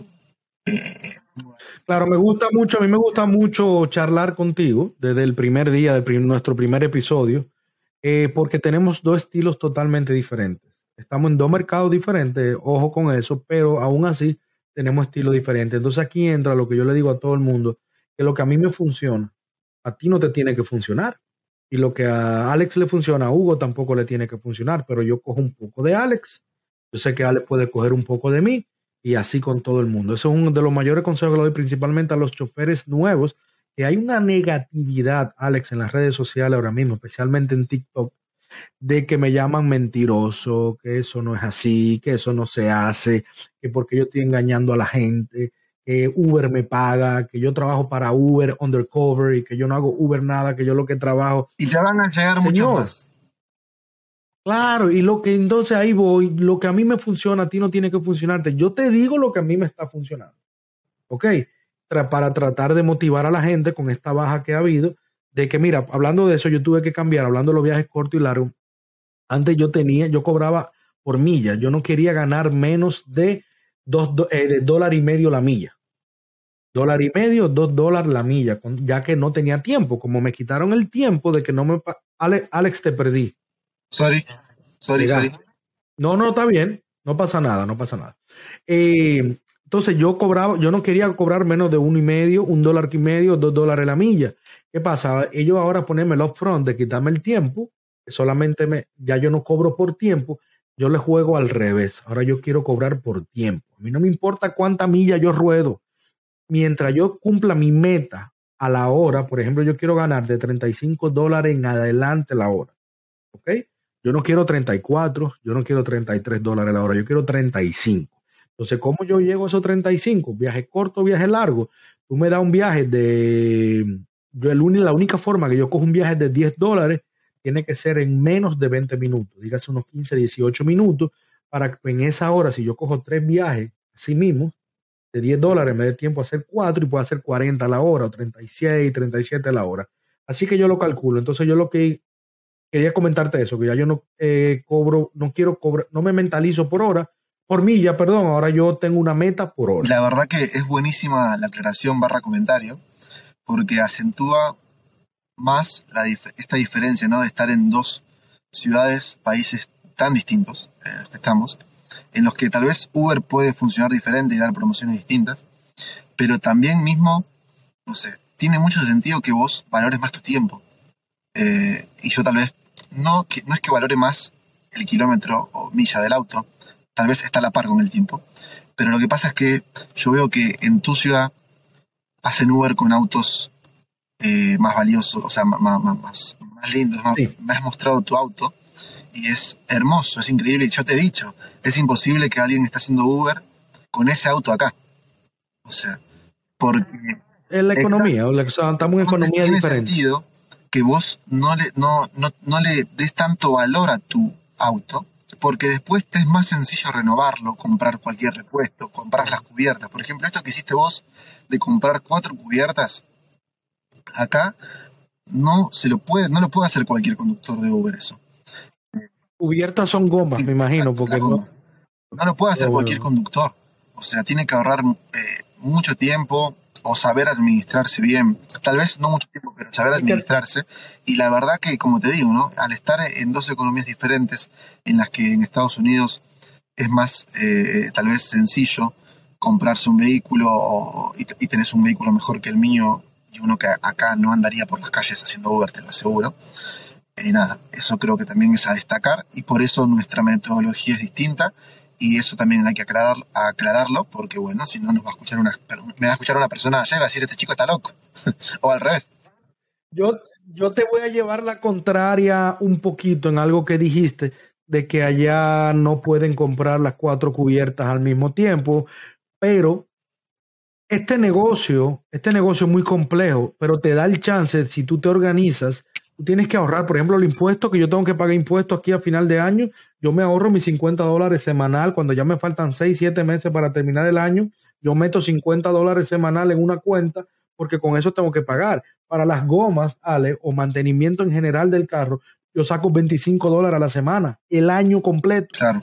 Eh, Claro, me gusta mucho, a mí me gusta mucho charlar contigo desde el primer día de prim- nuestro primer episodio, eh, porque tenemos dos estilos totalmente diferentes. Estamos en dos mercados diferentes, ojo con eso, pero aún así tenemos estilos diferentes. Entonces aquí entra lo que yo le digo a todo el mundo, que lo que a mí me funciona, a ti no te tiene que funcionar. Y lo que a Alex le funciona, a Hugo tampoco le tiene que funcionar, pero yo cojo un poco de Alex, yo sé que Alex puede coger un poco de mí, y así con todo el mundo. Eso es uno de los mayores consejos que le doy principalmente a los choferes nuevos, que hay una negatividad, Alex, en las redes sociales ahora mismo, especialmente en TikTok, de que me llaman mentiroso, que eso no es así, que eso no se hace, que porque yo estoy engañando a la gente, que Uber me paga, que yo trabajo para Uber undercover y que yo no hago Uber nada, que yo lo que trabajo... Y te van a llegar muchos Señor, más. Claro, y lo que entonces ahí voy, lo que a mí me funciona, a ti no tiene que funcionarte. Yo te digo lo que a mí me está funcionando. ¿Ok? Tra- para tratar de motivar a la gente con esta baja que ha habido, de que mira, hablando de eso, yo tuve que cambiar, hablando de los viajes cortos y largos. Antes yo tenía, yo cobraba por milla, yo no quería ganar menos de dos, do- eh, de dólar y medio la milla. Dólar y medio, dos dólares la milla, con- ya que no tenía tiempo. Como me quitaron el tiempo de que no me... pa- Alex, Alex, te perdí. Sorry, sorry, sorry. Llegaste. No, no, está bien. No pasa nada, no pasa nada. Eh, entonces yo cobraba, yo no quería cobrar menos de uno y medio, un dólar y medio, dos dólares la milla. ¿Qué pasa? Ellos ahora ponerme el upfront de quitarme el tiempo, que solamente me, ya yo no cobro por tiempo, yo le juego al revés. Ahora yo quiero cobrar por tiempo. A mí no me importa cuánta milla yo ruedo. Mientras yo cumpla mi meta a la hora, por ejemplo, yo quiero ganar de treinta y cinco dólares en adelante la hora. ¿Ok? Yo no quiero treinta y cuatro, yo no quiero treinta y tres dólares la hora, yo quiero treinta y cinco. Entonces, ¿cómo yo llego a esos treinta y cinco? Viaje corto, viaje largo. Tú me das un viaje de... Yo el uni- la única forma que yo cojo un viaje de diez dólares tiene que ser en menos de veinte minutos, dígase unos quince, dieciocho minutos, para que en esa hora, si yo cojo tres viajes, así mismo, de diez dólares, me dé tiempo a hacer cuatro y puedo hacer cuarenta a la hora, o treinta y seis, treinta y siete a la hora. Así que yo lo calculo. Entonces yo lo que quería comentarte eso, que ya yo no eh, cobro, no quiero cobrar, no me mentalizo por hora, por milla, perdón, ahora yo tengo una meta por hora. La verdad que es buenísima la aclaración barra comentario, porque acentúa más la dif- esta diferencia, ¿no? De estar en dos ciudades, países tan distintos, eh, en los que estamos, en los que tal vez Uber puede funcionar diferente y dar promociones distintas, pero también mismo, no sé, tiene mucho sentido que vos valores más tu tiempo. Eh, y yo tal vez, no, que, no es que valore más el kilómetro o milla del auto, tal vez está a la par con el tiempo, pero lo que pasa es que yo veo que en tu ciudad hacen Uber con autos eh, más valiosos, o sea, más, más, más, más lindos, más, Sí. me has mostrado tu auto y es hermoso, es increíble. Y yo te he dicho, es imposible que alguien esté haciendo Uber con ese auto acá. O sea, porque Es la economía, o la- o sea, estamos en entonces economía tiene diferente. sentido que vos no le, no, no, no le des tanto valor a tu auto, porque después te es más sencillo renovarlo, comprar cualquier repuesto, comprar las cubiertas. Por ejemplo, esto que hiciste vos de comprar cuatro cubiertas, acá no se lo puede, no lo puede hacer cualquier conductor de Uber eso. Cubiertas son gomas, me imagino, Exacto, las porque no. gomas. No lo puede hacer Oh, cualquier bueno. conductor. O sea, tiene que ahorrar eh, mucho tiempo o saber administrarse bien. Tal vez no mucho tiempo, pero saber Es que administrarse. Y la verdad que, como te digo, ¿no? Al estar en dos economías diferentes, en las que en Estados Unidos es más, eh, tal vez sencillo comprarse un vehículo o- y, y tenés un vehículo mejor que el mío y uno que acá no andaría por las calles haciendo Uber, te lo aseguro. Y nada, eso creo que también es a destacar y por eso nuestra metodología es distinta y eso también hay que aclarar, aclararlo porque bueno, si no nos va a escuchar una, me va a escuchar una persona allá y va a decir este chico está loco o al revés. yo, yo te voy a llevar la contraria un poquito en algo que dijiste, de que allá no pueden comprar las cuatro cubiertas al mismo tiempo, pero este negocio, este negocio es muy complejo, pero te da el chance, si tú te organizas, tú tienes que ahorrar, por ejemplo, el impuesto, que yo tengo que pagar impuestos aquí a final de año, yo me ahorro mis cincuenta dólares semanal, cuando ya me faltan seis siete meses para terminar el año, yo meto cincuenta dólares semanal en una cuenta, porque con eso tengo que pagar. Para las gomas, Ale, o mantenimiento en general del carro, yo saco veinticinco dólares a la semana, el año completo. Claro,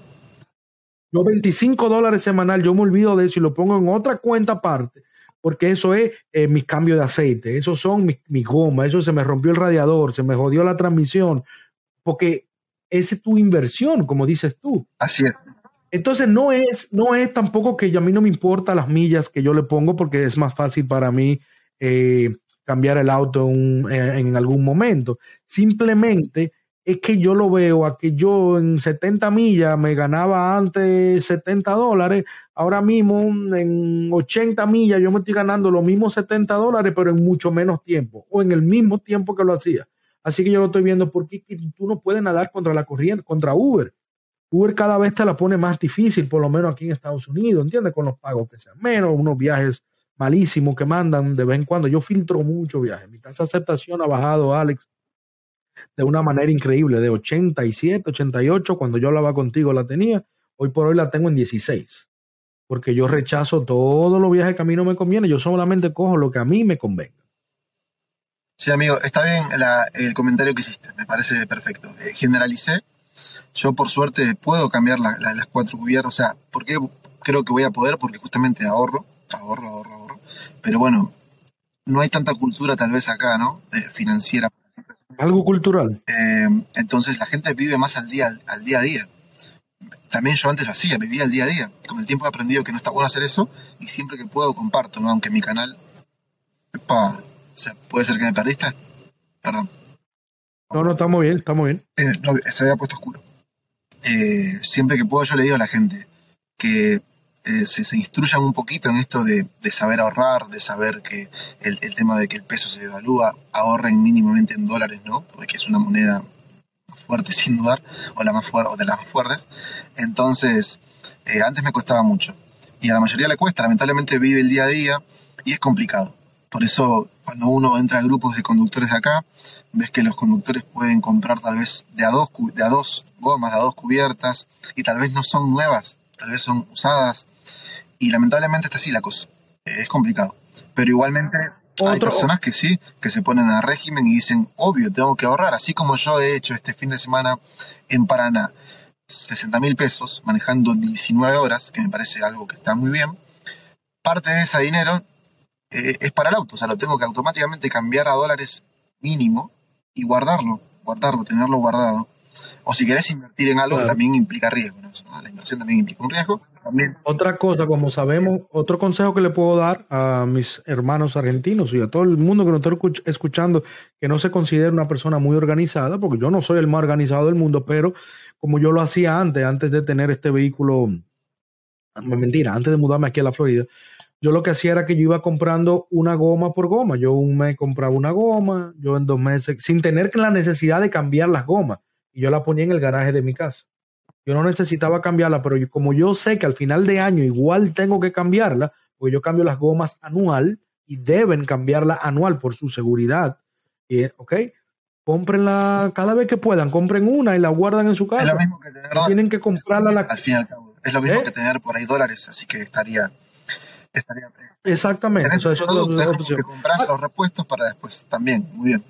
Yo veinticinco dólares semanal, yo me olvido de eso y lo pongo en otra cuenta aparte, porque eso es eh, mi cambio de aceite, esos son mis mi gomas, eso se me rompió el radiador, se me jodió la transmisión, porque esa es tu inversión, como dices tú. así es. Entonces no es, no es tampoco que a mí no me importa las millas que yo le pongo, porque es más fácil para mí eh, cambiar el auto en, en algún momento. Simplemente es que yo lo veo a que yo en setenta millas me ganaba antes setenta dólares, ahora mismo en ochenta millas yo me estoy ganando los mismos setenta dólares, pero en mucho menos tiempo, o en el mismo tiempo que lo hacía. Así que yo lo estoy viendo porque tú no puedes nadar contra la corriente, contra Uber. Uber cada vez te la pone más difícil, por lo menos aquí en Estados Unidos, ¿entiendes? Con los pagos que sean menos, unos viajes malísimos que mandan de vez en cuando. Yo filtro mucho viajes. Mi tasa de aceptación ha bajado, Alex, de una manera increíble, de ochenta y siete, ochenta y ocho, cuando yo hablaba contigo la tenía, hoy por hoy la tengo en dieciséis, porque yo rechazo todos los viajes que a mí no me convienen, yo solamente cojo lo que a mí me convenga. Sí, amigo, está bien la- el comentario que hiciste, me parece perfecto. Eh, generalicé. Yo por suerte puedo cambiar la- la- las cuatro cubiertas, o sea, porque creo que voy a poder porque justamente ahorro, ahorro, ahorro, ahorro. Pero bueno, no hay tanta cultura tal vez acá, ¿no? Eh, financiera. Algo cultural. Eh, entonces la gente vive más al día, al día a día. También yo antes lo hacía, vivía el día a día. Con el tiempo he aprendido que no está bueno hacer eso y siempre que puedo comparto, ¿no? Aunque mi canal, epa, o sea, puede ser que me perdiste. Perdón. No, no, estamos bien, estamos bien. Eh, no, se había puesto oscuro. Eh, siempre que puedo yo le digo a la gente que eh, se, se instruyan un poquito en esto de, de saber ahorrar, de saber que el, el tema de que el peso se devalúa, ahorren mínimamente en dólares, ¿no? Porque es una moneda más fuerte sin dudar, o, la más fuerte, o de las más fuertes. Entonces, eh, antes me costaba mucho. Y a la mayoría le cuesta, lamentablemente vive el día a día y es complicado. Por eso, cuando uno entra a grupos de conductores de acá, ves que los conductores pueden comprar tal vez de a dos, de a dos gomas, de a dos cubiertas, y tal vez no son nuevas, tal vez son usadas, y lamentablemente está así la cosa. Eh, es complicado. Pero igualmente hay Otro, personas que sí, que se ponen a régimen y dicen, obvio, tengo que ahorrar, así como yo he hecho este fin de semana en Paraná, sesenta mil pesos, manejando diecinueve horas, que me parece algo que está muy bien. Parte de ese dinero eh, es para el auto, o sea, lo tengo que automáticamente cambiar a dólares mínimo y guardarlo, guardarlo, tenerlo guardado. O si querés invertir en algo que claro. también implica riesgo, ¿no? O sea, la inversión también implica un riesgo. También. Otra cosa, como sabemos, otro consejo que le puedo dar a mis hermanos argentinos y a todo el mundo que nos está escuchando, que no se considere una persona muy organizada, porque yo no soy el más organizado del mundo, pero como yo lo hacía antes, antes de tener este vehículo, mentira, antes de mudarme aquí a la Florida, yo lo que hacía era que yo iba comprando una goma por goma. Yo un mes compraba una goma, yo en dos meses, sin tener la necesidad de cambiar las gomas, y yo la ponía en el garaje de mi casa. Yo no necesitaba cambiarla, pero yo, como yo sé que al final de año igual tengo que cambiarla, porque yo cambio las gomas anual y deben cambiarla anual por su seguridad. Y, ¿ok? Cómprenla cada vez que puedan, compren una y la guardan en su casa. Es lo mismo que tener no tienen que comprarla la... al fin y al cabo. Es lo mismo ¿Eh? que tener por ahí dólares, así que estaría... estaría Exactamente. Eso, eso es la opción. Que comprar los repuestos para después también. Muy bien.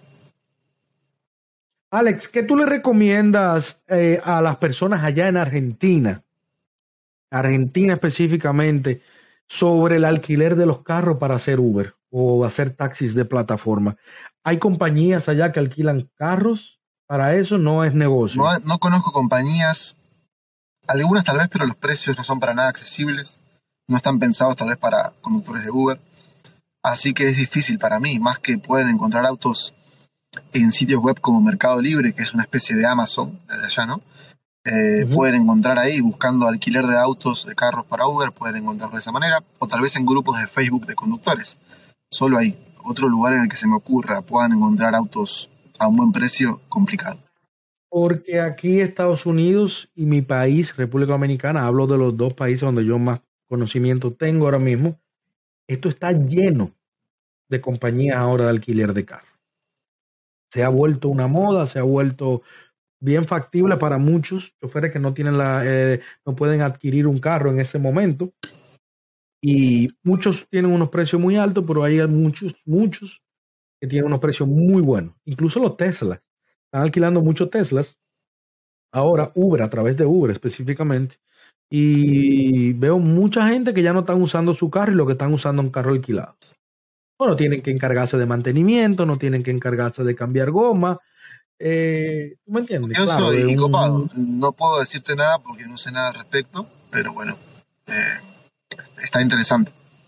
Alex, ¿qué tú le recomiendas eh, a las personas allá en Argentina, Argentina específicamente, sobre el alquiler de los carros para hacer Uber o hacer taxis de plataforma? ¿Hay compañías allá que alquilan carros para eso? ¿No es negocio? No, no conozco compañías, algunas tal vez, pero los precios no son para nada accesibles. No están pensados tal vez para conductores de Uber. Así que es difícil para mí, más que pueden encontrar autos en sitios web como Mercado Libre, que es una especie de Amazon desde allá, ¿no? Eh, uh-huh. Pueden encontrar ahí, buscando alquiler de autos, de carros para Uber, pueden encontrarlo de esa manera, o tal vez en grupos de Facebook de conductores. Solo ahí. Otro lugar en el que se me ocurra puedan encontrar autos a un buen precio, complicado. Porque aquí Estados Unidos y mi país, República Dominicana, hablo de los dos países donde yo más conocimiento tengo ahora mismo, esto está lleno de compañías ahora de alquiler de carros. Se ha vuelto una moda, se ha vuelto bien factible para muchos choferes que no tienen la, eh, no pueden adquirir un carro en ese momento. Y muchos tienen unos precios muy altos, pero hay muchos, muchos que tienen unos precios muy buenos. Incluso los Teslas. Están alquilando muchos Teslas. Ahora Uber, a través de Uber específicamente. Y veo mucha gente que ya no están usando su carro y lo que están usando es un carro alquilado. Bueno, tienen que encargarse de mantenimiento, no tienen que encargarse de cambiar goma. Eh, ¿Tú me entiendes? Yo claro, soy un... copado. No puedo decirte nada porque no sé nada al respecto, pero bueno, eh, está interesante.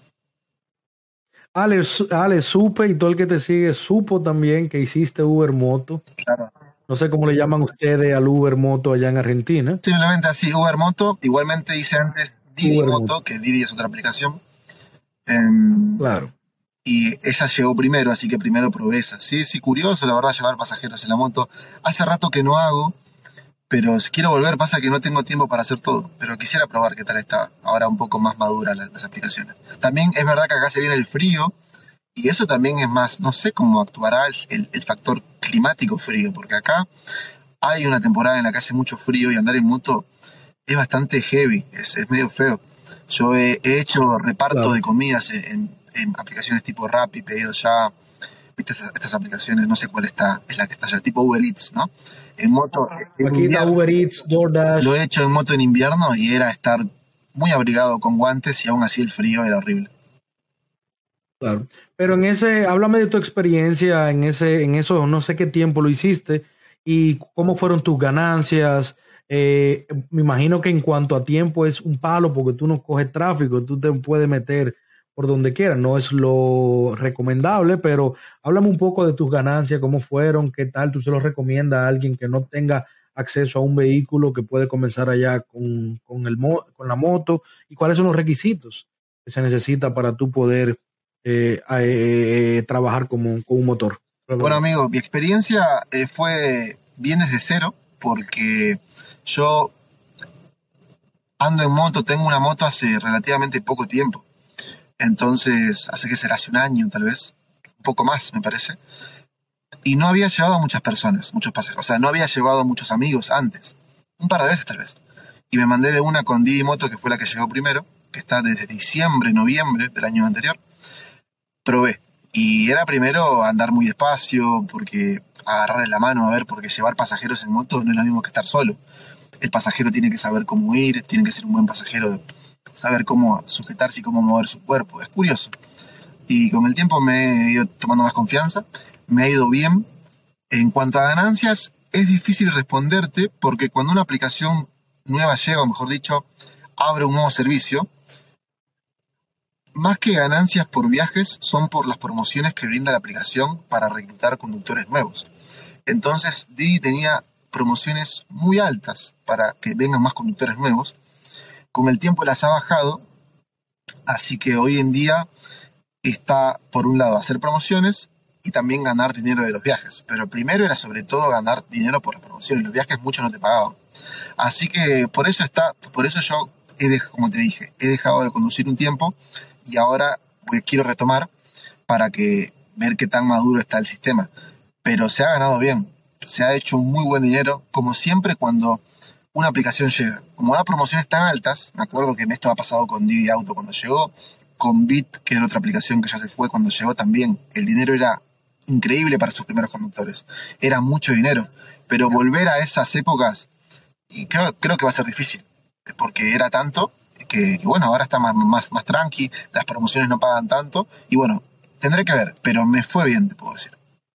Ale, Ale, supe, y todo el que te sigue supo también que hiciste Uber Moto. Claro. No sé cómo le llaman ustedes al Uber Moto allá en Argentina. Simplemente así, Uber Moto. Igualmente hice antes Didi Moto, Moto, que Didi es otra aplicación. Eh, claro. Y ella llegó primero, así que primero probé esa. Sí, sí, curioso, la verdad, llevar pasajeros en la moto. Hace rato que no hago, pero si quiero volver, pasa que no tengo tiempo para hacer todo. Pero quisiera probar qué tal está. Ahora un poco más madura las, las aplicaciones. También es verdad que acá se viene el frío, y eso también es más, no sé cómo actuará el, el factor climático frío, porque acá hay una temporada en la que hace mucho frío y andar en moto es bastante heavy, es, es medio feo. Yo he, he hecho reparto claro. de comidas en, en aplicaciones tipo Rappi, Pedido Ya, viste estas, estas aplicaciones, no sé cuál está, es la que está allá, tipo Uber Eats, ¿no? En moto. En Aquí invierno, está Uber Eats, DoorDash. Lo he hecho en moto en invierno y era estar muy abrigado con guantes y aún así el frío era horrible. Claro. Pero en ese, háblame de tu experiencia en ese, en eso, no sé qué tiempo lo hiciste y cómo fueron tus ganancias. Eh, me imagino que en cuanto a tiempo es un palo porque tú no coges tráfico, tú te puedes meter por donde quieras. No es lo recomendable, pero háblame un poco de tus ganancias, cómo fueron, qué tal. ¿Tú se lo recomiendas a alguien que no tenga acceso a un vehículo que puede comenzar allá con, con, el mo- con la moto? ¿Y cuáles son los requisitos que se necesita para tú poder eh, eh, trabajar como, con un motor? Bueno, amigo, mi experiencia eh, fue bien desde cero, porque yo ando en moto, tengo una moto hace relativamente poco tiempo. Entonces, hace que será hace un año, tal vez, un poco más, me parece. Y no había llevado a muchas personas, muchos pasajeros. O sea, no había llevado a muchos amigos antes. Un par de veces, tal vez. Y me mandé de una con Didi Moto, que fue la que llegó primero, que está desde diciembre, noviembre del año anterior. Probé. Y era primero andar muy despacio, porque agarrarle la mano a ver, porque llevar pasajeros en moto no es lo mismo que estar solo. El pasajero tiene que saber cómo ir, tiene que ser un buen pasajero, saber cómo sujetarse y cómo mover su cuerpo. Es curioso. Y con el tiempo me he ido tomando más confianza, me ha ido bien. En cuanto a ganancias, es difícil responderte porque cuando una aplicación nueva llega, o mejor dicho, abre un nuevo servicio, más que ganancias por viajes, son por las promociones que brinda la aplicación para reclutar conductores nuevos. Entonces, Didi tenía promociones muy altas para que vengan más conductores nuevos. Con el tiempo las ha bajado, así que hoy en día está, por un lado, hacer promociones y también ganar dinero de los viajes. Pero primero era sobre todo ganar dinero por las promociones. Los viajes muchos no te pagaban. Así que por eso está, por eso yo, he dej- como te dije, he dejado de conducir un tiempo y ahora pues, quiero retomar para que ver qué tan maduro está el sistema. Pero se ha ganado bien, se ha hecho un muy buen dinero, como siempre cuando una aplicación llega. Como da promociones tan altas, me acuerdo que esto ha pasado con Didi Auto cuando llegó, con Bit, que era otra aplicación que ya se fue cuando llegó también. El dinero era increíble para sus primeros conductores. Era mucho dinero. Pero volver a esas épocas, y creo, creo que va a ser difícil, porque era tanto que, que, bueno, ahora está más, más, más tranqui, las promociones no pagan tanto, y bueno, tendré que ver, pero me fue bien, te puedo decir.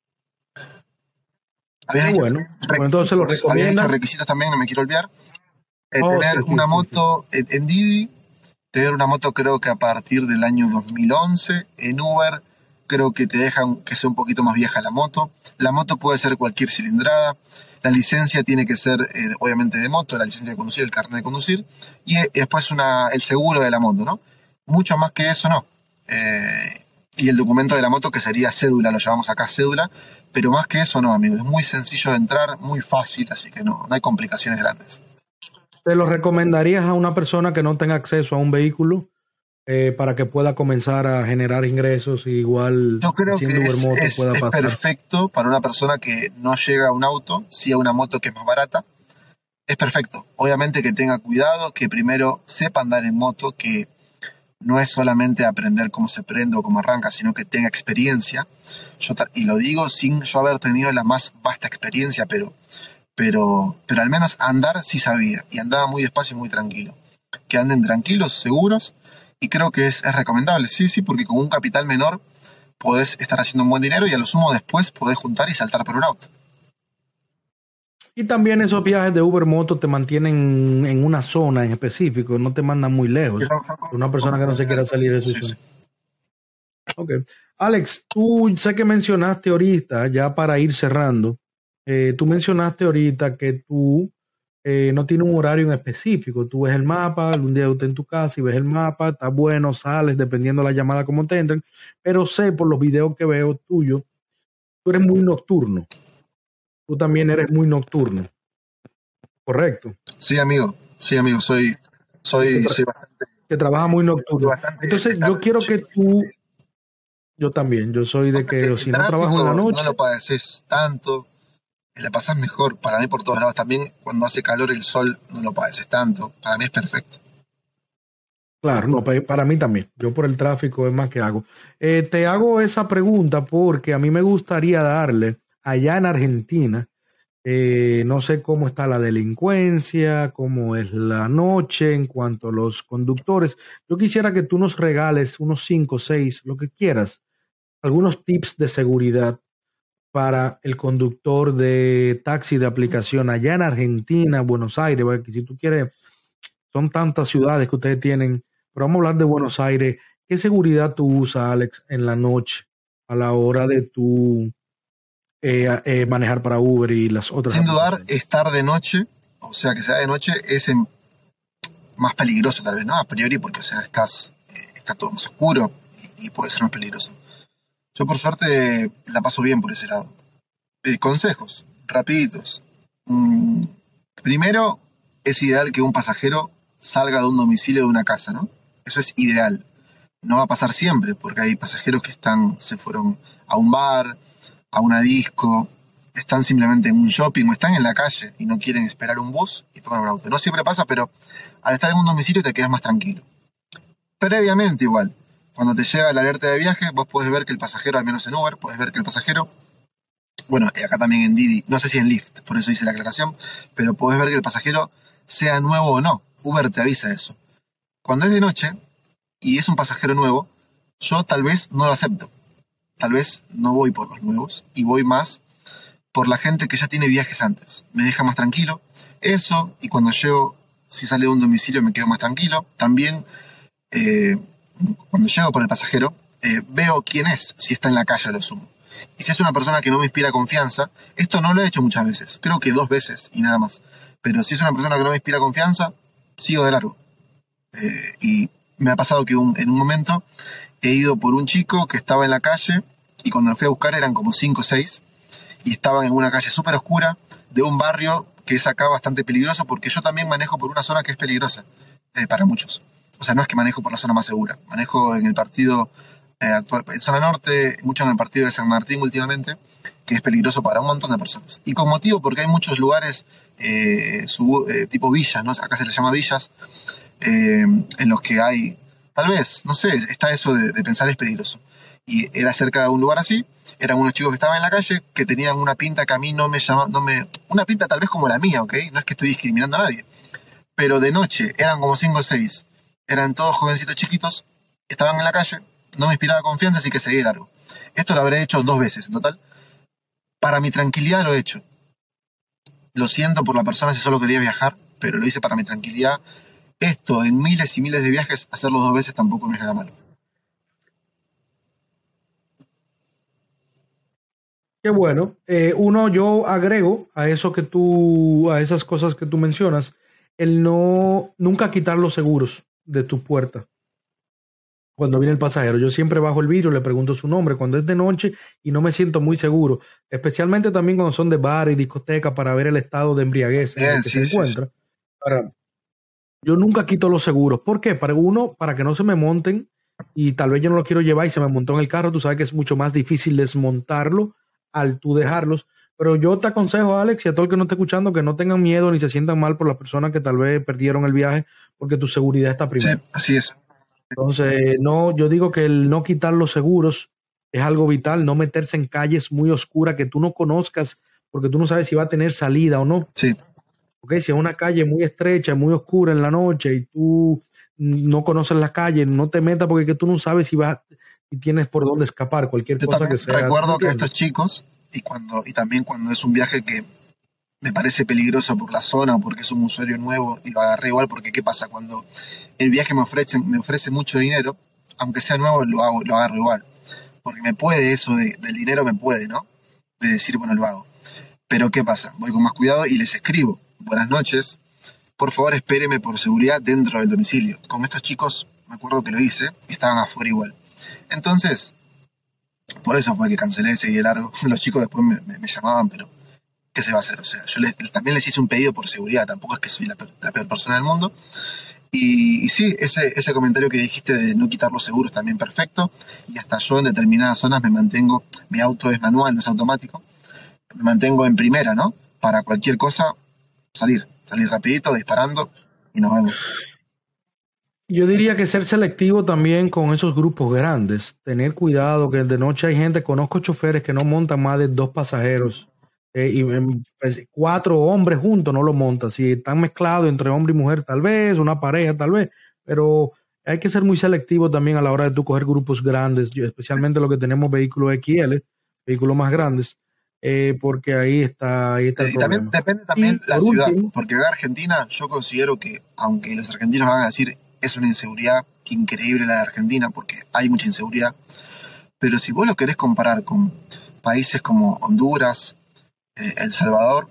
Habías Qué dicho bueno. Bueno, entonces lo requisitos, habías dicho recomiendas. requisitos también, no me quiero olvidar. Eh, Oh, tener sí, sí, una sí, sí. moto en, en Didi, tener una moto creo que a partir del año dos mil once, en Uber creo que te dejan que sea un poquito más vieja la moto. La moto puede ser cualquier cilindrada, la licencia tiene que ser eh, obviamente de moto, la licencia de conducir, el carnet de conducir, y eh, después una, el seguro de la moto, ¿no? Mucho más que eso no. Eh, y el documento de la moto que sería cédula, lo llamamos acá cédula, pero más que eso no, amigo. Es muy sencillo de entrar, muy fácil, así que no, no hay complicaciones grandes. ¿Te lo recomendarías a una persona que no tenga acceso a un vehículo eh, para que pueda comenzar a generar ingresos y igual Yo creo que haciendo es, Ubermoto es, pueda es pasar? perfecto para una persona que no llega a un auto, sí a una moto que es más barata. Es perfecto. Obviamente que tenga cuidado, que primero sepa andar en moto, que no es solamente aprender cómo se prende o cómo arranca, sino que tenga experiencia. Yo, ta- y lo digo sin yo haber tenido la más vasta experiencia, pero, pero, pero al menos andar sí sabía. Y andaba muy despacio y muy tranquilo. Que anden tranquilos, seguros. Y creo que es, es recomendable, sí, sí, porque con un capital menor podés estar haciendo un buen dinero y a lo sumo después podés juntar y saltar por un auto. Y también esos viajes de Ubermoto te mantienen en una zona en específico, no te mandan muy lejos. Una persona que no se quiera salir de su Sí, zona. sí. Ok. Alex, tú sé que mencionaste ahorita, ya para ir cerrando, eh, tú mencionaste ahorita que tú eh, no tienes un horario en específico. Tú ves el mapa, algún día tú estás en tu casa y ves el mapa, está bueno, sales, dependiendo de la llamada como te entren, pero sé por los videos que veo tuyos, tú eres muy nocturno. Tú también eres muy nocturno, ¿correcto? Sí, amigo, sí, amigo, soy, Que, soy, tra- soy bastante, que trabaja muy soy nocturno. bastante de Entonces, yo tarde quiero noche. que tú, yo también, yo soy de que o El si no trabajo en la tráfico no noche. lo padeces tanto, la pasás mejor, para mí por todos lados. También cuando hace calor el sol no lo padeces tanto, para mí es perfecto. Claro, no, pa- para mí también. Yo por el tráfico es más que hago. Eh, te hago esa pregunta porque a mí me gustaría darle allá en Argentina. Eh, no sé cómo está la delincuencia, cómo es la noche en cuanto a los conductores. Yo quisiera que tú nos regales unos cinco, seis, lo que quieras, algunos tips de seguridad para el conductor de taxi de aplicación allá en Argentina, Buenos Aires, porque si tú quieres, son tantas ciudades que ustedes tienen, pero vamos a hablar de Buenos Aires. ¿Qué seguridad tú usas, Alex, en la noche a la hora de tu eh, eh, manejar para Uber y las otras Sin dudar, aplicaciones? estar de noche, o sea, que sea de noche, es em- más peligroso tal vez, ¿no? A priori, porque, o sea, estás, eh, está todo más oscuro y, y puede ser más peligroso. Yo, por suerte, la paso bien por ese lado. Eh, consejos, rapiditos. Mm, primero, es ideal que un pasajero salga de un domicilio de una casa, ¿no? Eso es ideal. No va a pasar siempre, porque hay pasajeros que están, se fueron a un bar, a una disco, están simplemente en un shopping o están en la calle y no quieren esperar un bus y tomar un auto. No siempre pasa, pero al estar en un domicilio te quedas más tranquilo. Previamente igual, cuando te llega la alerta de viaje, vos podés ver que el pasajero, al menos en Uber, podés ver que el pasajero, bueno, y acá también en Didi, no sé si en Lyft, por eso hice la aclaración, pero podés ver que el pasajero sea nuevo o no. Uber te avisa eso. Cuando es de noche y es un pasajero nuevo, yo tal vez no lo acepto. Tal vez no voy por los nuevos y voy más por la gente que ya tiene viajes antes. Me deja más tranquilo. Eso, y cuando llego, si sale de un domicilio me quedo más tranquilo. También, eh, cuando llego por el pasajero, eh, veo quién es, si está en la calle a lo sumo. Y si es una persona que no me inspira confianza, esto no lo he hecho muchas veces, creo que dos veces y nada más. Pero si es una persona que no me inspira confianza, sigo de largo. Eh, y me ha pasado que un- en un momento he ido por un chico que estaba en la calle y cuando lo fui a buscar eran como cinco o seis y estaban en una calle súper oscura de un barrio que es acá bastante peligroso porque yo también manejo por una zona que es peligrosa eh, para muchos. O sea, no es que manejo por la zona más segura, manejo en el partido eh, actual, en zona norte, mucho en el partido de San Martín últimamente, que es peligroso para un montón de personas. Y con motivo porque hay muchos lugares eh, subu- eh, tipo villas, ¿no? Acá se les llama villas, eh, en los que hay, tal vez, no sé, está eso de, de pensar es peligroso. Y era cerca de un lugar así, eran unos chicos que estaban en la calle, que tenían una pinta que a mí no me llama, no me, una pinta tal vez como la mía, ¿ok? No es que estoy discriminando a nadie, pero de noche eran como cinco o seis, eran todos jovencitos chiquitos, estaban en la calle, no me inspiraba confianza, así que seguí de largo. Esto lo habré hecho dos veces en total. Para mi tranquilidad lo he hecho. Lo siento por la persona si solo quería viajar, pero lo hice para mi tranquilidad. Esto, en miles y miles de viajes, hacerlo dos veces tampoco no es nada malo. Qué bueno. Eh, uno, yo agrego a eso que tú, a esas cosas que tú mencionas, el no, nunca quitar los seguros de tu puerta cuando viene el pasajero. Yo siempre bajo el vidrio, le pregunto su nombre cuando es de noche y no me siento muy seguro, especialmente también cuando son de bar y discoteca para ver el estado de embriaguez en el Bien, que se sí, sí, sí. encuentra. Ahora, yo nunca quito los seguros. ¿Por qué? Para uno, para que no se me monten y tal vez yo no lo quiero llevar y se me montó en el carro. Tú sabes que es mucho más difícil desmontarlo al tú dejarlos. Pero yo te aconsejo, Alex, y a todo el que no esté escuchando, que no tengan miedo ni se sientan mal por las personas que tal vez perdieron el viaje, porque tu seguridad está Sí, primero. así es. Entonces, no, yo digo que el no quitar los seguros es algo vital, no meterse en calles muy oscuras que tú no conozcas, porque tú no sabes si va a tener salida o no. Sí. Ok, si es una calle muy estrecha, muy oscura en la noche y tú no conoces la calle, no te metas porque es que tú no sabes si vas, si tienes por dónde escapar, cualquier Yo cosa también que sea, ¿tú me recuerdo que estos entiendes? chicos, y, cuando, y también cuando es un viaje que me parece peligroso por la zona o porque es un usuario nuevo y lo agarré igual, porque ¿qué pasa? Cuando el viaje me ofrece, me ofrece mucho dinero, aunque sea nuevo, lo, hago, lo agarro igual. Porque me puede eso de- del dinero, me puede, ¿no? De decir, bueno, lo hago. Pero ¿qué pasa? Voy con más cuidado y les escribo. Buenas noches. Por favor, espéreme por seguridad dentro del domicilio. Con estos chicos, me acuerdo que lo hice, y estaban afuera igual. Entonces, por eso fue que cancelé ese día largo. Los chicos después me, me- me llamaban, pero ¿qué se va a hacer? O sea, yo les- también les hice un pedido por seguridad, tampoco es que soy la, peor la peor persona del mundo. Y, y sí, ese, ese comentario que dijiste de no quitar los seguros también perfecto. Y hasta yo en determinadas zonas me mantengo, mi auto es manual, no es automático, me mantengo en primera, ¿no? Para cualquier cosa, salir, salir rapidito, disparando y nos vemos. Yo diría que ser selectivo también con esos grupos grandes, tener cuidado que de noche hay gente, conozco choferes que no montan más de dos pasajeros Eh, y em, pues, cuatro hombres juntos no lo montan. Si están mezclados entre hombre y mujer, tal vez, una pareja, tal vez, pero hay que ser muy selectivo también a la hora de tú coger grupos grandes, yo- especialmente los que tenemos vehículos X L, vehículos más grandes, eh, porque ahí está, ahí está el Y también problema. depende Y también la por ciudad, último, porque acá en Argentina yo considero que, aunque los argentinos van a decir es una inseguridad increíble la de Argentina, porque hay mucha inseguridad, pero si vos lo querés comparar con países como Honduras, eh, El Salvador,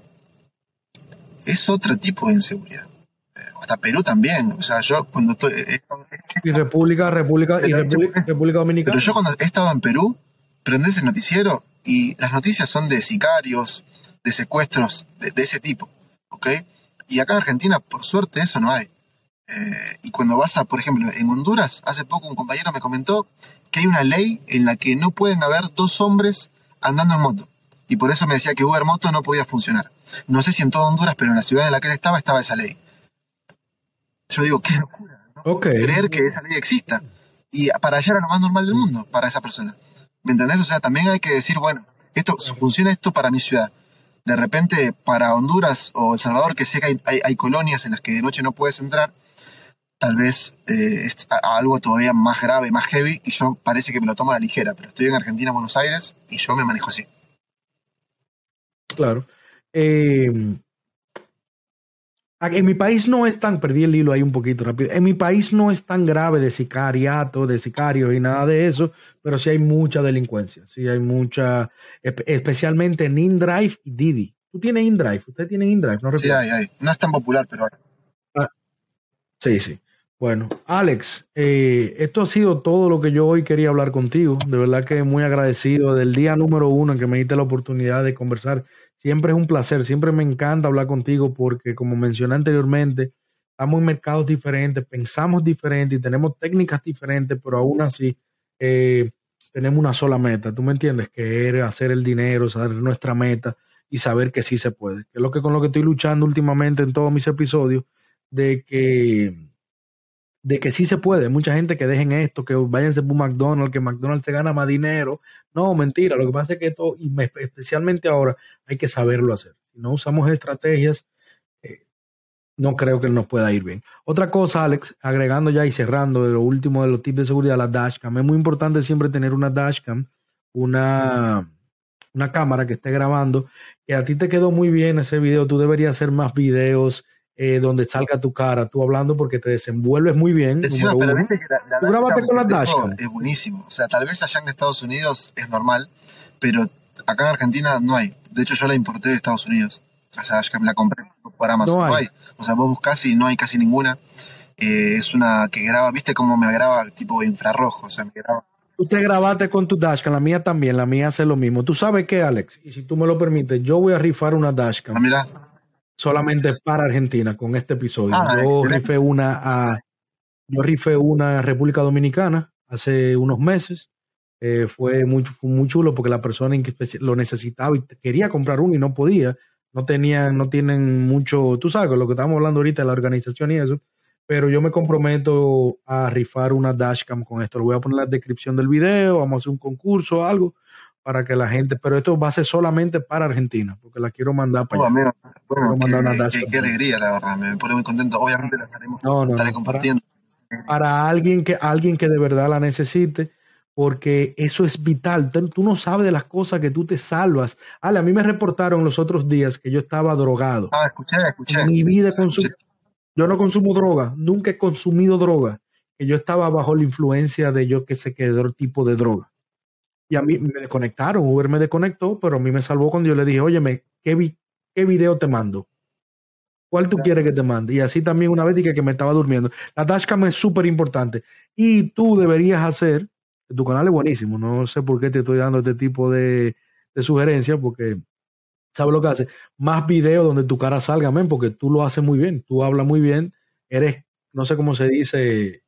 es otro tipo de inseguridad. Eh, hasta Perú también. O sea, yo cuando estoy. eh, y República, República, y pero, República, República pero yo Dominicana. cuando he estado en Perú, prendés el noticiero y las noticias son de sicarios, de secuestros, de, de ese tipo. ¿Ok? Y acá en Argentina, por suerte, eso no hay. Eh, y cuando vas a, por ejemplo, en Honduras, hace poco un compañero me comentó que hay una ley en la que no pueden haber dos hombres andando en moto. Y por eso me decía que Uber Moto no podía funcionar. No sé si en toda Honduras, pero en la ciudad en la que él estaba, estaba esa ley. Yo digo, qué locura, ¿no? Ok, Creer que esa ley exista. Y para allá era lo más normal del mundo, para esa persona. ¿Me entendés? O sea, también hay que decir, bueno, esto funciona esto para mi ciudad. De repente, para Honduras o El Salvador, que sé que hay, hay, hay colonias en las que de noche no puedes entrar, tal vez eh, es a- algo todavía más grave, más heavy, y yo parece que me lo tomo a la ligera, pero estoy en Argentina, Buenos Aires, y yo me manejo así. claro. Eh, En mi país no es tan, perdí el hilo ahí un poquito rápido. En mi país no es tan grave de sicariato, de sicarios y nada de eso, pero sí hay mucha delincuencia. Sí hay mucha, espe- especialmente en InDrive y Didi. Tú tienes InDrive, usted tiene InDrive, no Sí, recuerdo. hay, hay. No es tan popular, pero hay. Ah, sí, sí. Bueno, Alex, eh, esto ha sido todo lo que yo hoy quería hablar contigo. De verdad que muy agradecido del día número uno en que me diste la oportunidad de conversar. Siempre es un placer, siempre me encanta hablar contigo porque, como mencioné anteriormente, estamos en mercados diferentes, pensamos diferente y tenemos técnicas diferentes, pero aún así eh, tenemos una sola meta. ¿Tú me entiendes? Que es hacer el dinero, saber nuestra meta y saber que sí se puede. Que es lo que con lo que estoy luchando últimamente en todos mis episodios, de que de que sí se puede. Mucha gente que dejen esto, que váyanse por McDonald's, que McDonald's se gana más dinero. No, mentira. Lo que pasa es que esto, y me- especialmente ahora, hay que saberlo hacer. Si no usamos estrategias, eh, no creo que nos pueda ir bien. Otra cosa, Alex, agregando ya y cerrando de lo último de los tips de seguridad, la dashcam. Es muy importante siempre tener una dashcam, una, una cámara que esté grabando. Que a ti te quedó muy bien ese video. Tú deberías hacer más videos eh, donde salga tu cara, tú hablando porque te desenvuelves muy bien, Encima, número pero uno. viste que la, la Tú grabaste dashcam con que las tengo dashcam. es buenísimo. O sea, tal vez allá en Estados Unidos es normal, pero acá en Argentina no hay. De hecho, yo la importé de Estados Unidos. O sea, dashcam la compré por Amazon. No No hay. hay. O sea, vos buscás y no hay casi ninguna. Eh, es una que graba, ¿viste cómo me graba tipo infrarrojo? O sea, me graba. Tú te grabaste con tu dashcam, la mía también, la mía hace lo mismo. ¿Tú sabes qué, Alex? Y si tú me lo permites, yo voy a rifar una Ah, dashcam mira. solamente para Argentina con este episodio. Ah, Yo excelente. rifé una a, yo rifé una a República Dominicana hace unos meses. Eh, fue muy, fue muy chulo porque la persona en que especi- lo necesitaba y quería comprar uno y no podía. No tenían, no tienen mucho, tú sabes, con lo que estamos hablando ahorita de la organización y eso, pero yo me comprometo a rifar una dashcam con esto. Lo voy a poner en la descripción del video, vamos a hacer un concurso o algo para que la gente, pero esto va a ser solamente para Argentina, porque la quiero mandar para Oh, allá. amigo. Bueno, Quiero mandar una qué, qué, dashcam qué para allá. alegría, la verdad. Me pone muy contento. Obviamente la estaremos, No, no, estaré no. Para, compartiendo. para alguien que, alguien que de verdad la necesite, porque eso es vital. Tú tú no sabes de las cosas que tú te salvas. Ale, a mí me reportaron los otros días que yo estaba drogado. Ah, escuché, escuché, En mi vida escuché. consu- yo no consumo droga, nunca he consumido droga. Que yo estaba bajo la influencia de yo que sé qué otro tipo de droga. Y a mí me desconectaron, Uber me desconectó, pero a mí me salvó cuando yo le dije, óyeme, ¿qué, vi qué video te mando? ¿Cuál tú quieres que te mande? Y así también una vez dije que me estaba durmiendo. La dashcam es súper importante. Y tú deberías hacer, tu canal es buenísimo, no sé por qué te estoy dando este tipo de, de sugerencias, porque sabes lo que hace. Más videos donde tu cara salga, men, porque tú lo haces muy bien, tú hablas muy bien, eres, no sé cómo se dice,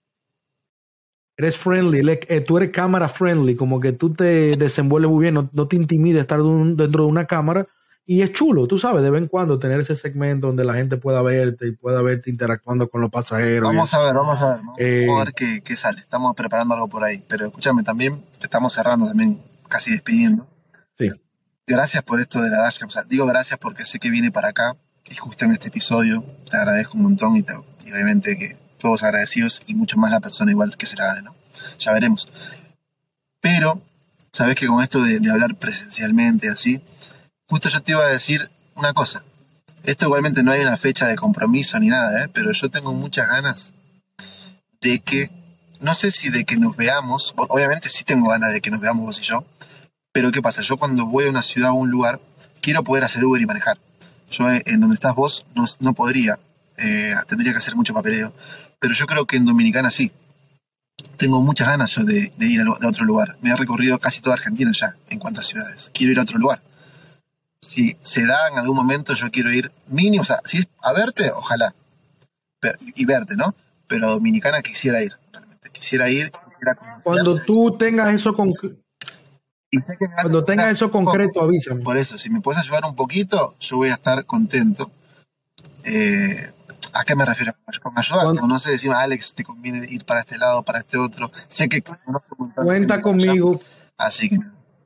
eres friendly, le- eh, tú eres cámara friendly, como que tú te desenvuelves muy bien, no, no te intimida estar de un- dentro de una cámara y es chulo, tú sabes, de vez en cuando tener ese segmento donde la gente pueda verte y pueda verte interactuando con los pasajeros y Vamos eso. a ver, vamos a ver. Vamos vamos a Eh, ver qué, qué sale. Estamos preparando algo por ahí. Pero escúchame, también estamos cerrando, también casi despidiendo. sí, gracias por esto de la dashcam. O sea, digo gracias porque sé que viene para acá y justo en este episodio te agradezco un montón y, te, y obviamente que todos agradecidos y mucho más la persona igual que se la gane, ¿no? Ya veremos. Pero, sabes que con esto de, de hablar presencialmente así, justo yo te iba a decir una cosa. Esto igualmente no hay una fecha de compromiso ni nada, ¿eh? Pero yo tengo muchas ganas de que, no sé si de que nos veamos, obviamente sí tengo ganas de que nos veamos vos y yo, pero ¿qué pasa? Yo cuando voy a una ciudad o un lugar, quiero poder hacer Uber y manejar. Yo eh, en donde estás vos no, no podría, eh, tendría que hacer mucho papeleo, pero yo creo que en Dominicana sí. Tengo muchas ganas yo de, de ir a, a otro lugar. Me he recorrido casi toda Argentina ya, en cuanto a ciudades. Quiero ir a otro lugar. Si se da en algún momento, yo quiero ir mínimo, o sea, si es a verte, ojalá. Pero, y, y verte, ¿no? Pero a Dominicana quisiera ir, realmente. Quisiera ir. Quisiera Cuando tú tengas eso con... y sé que me Cuando tengas eso concreto, poco. Avísame. Por eso, si me puedes ayudar un poquito, yo voy a estar contento. Eh, ¿A qué me refiero? Con ayudar. Cuando, no sé, decir, Alex, te conviene ir para este lado, para este otro. Sé que no cuenta conmigo. Allá, así que...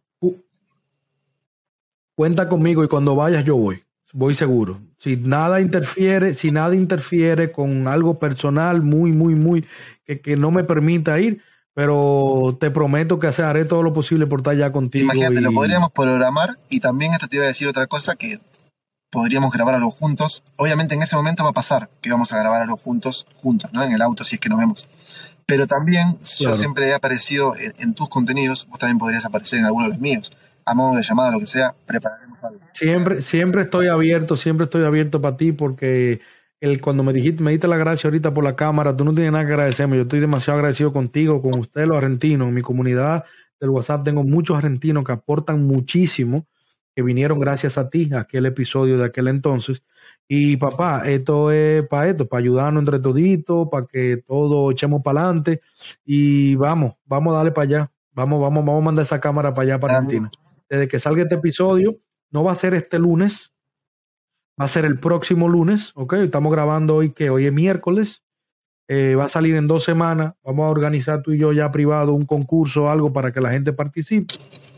Cuenta conmigo y cuando vayas yo voy. Voy seguro. Si nada interfiere, si nada interfiere con algo personal muy, muy, muy, que, que no me permita ir, pero te prometo que haré todo lo posible por estar allá contigo. Imagínate, y... lo podríamos programar y también esto te iba a decir otra cosa, que podríamos grabar algo juntos. Obviamente en ese momento va a pasar que vamos a grabar algo juntos, juntos, ¿no? En el auto, si es que nos vemos. Pero también, claro, yo siempre he aparecido en, en tus contenidos, vos también podrías aparecer en alguno de los míos. A modo de llamada, lo que sea, prepararemos algo. Siempre, siempre estoy abierto, siempre estoy abierto para ti, porque el, cuando me dijiste, me diste la gracia ahorita por la cámara, tú no tienes nada que agradecerme. Yo estoy demasiado agradecido contigo, con ustedes los argentinos. En mi comunidad del WhatsApp tengo muchos argentinos que aportan muchísimo, que vinieron gracias a ti, a aquel episodio de aquel entonces. Y papá, esto es para esto, para ayudarnos entre toditos, para que todo echemos para adelante. Y vamos, vamos a darle para allá. Vamos, vamos, vamos a mandar esa cámara para allá, para Argentina. Desde que salga este episodio, no va a ser este lunes, va a ser el próximo lunes, ¿ok? Estamos grabando hoy, que hoy es miércoles, eh, va a salir en dos semanas, vamos a organizar tú y yo ya privado un concurso o algo para que la gente participe,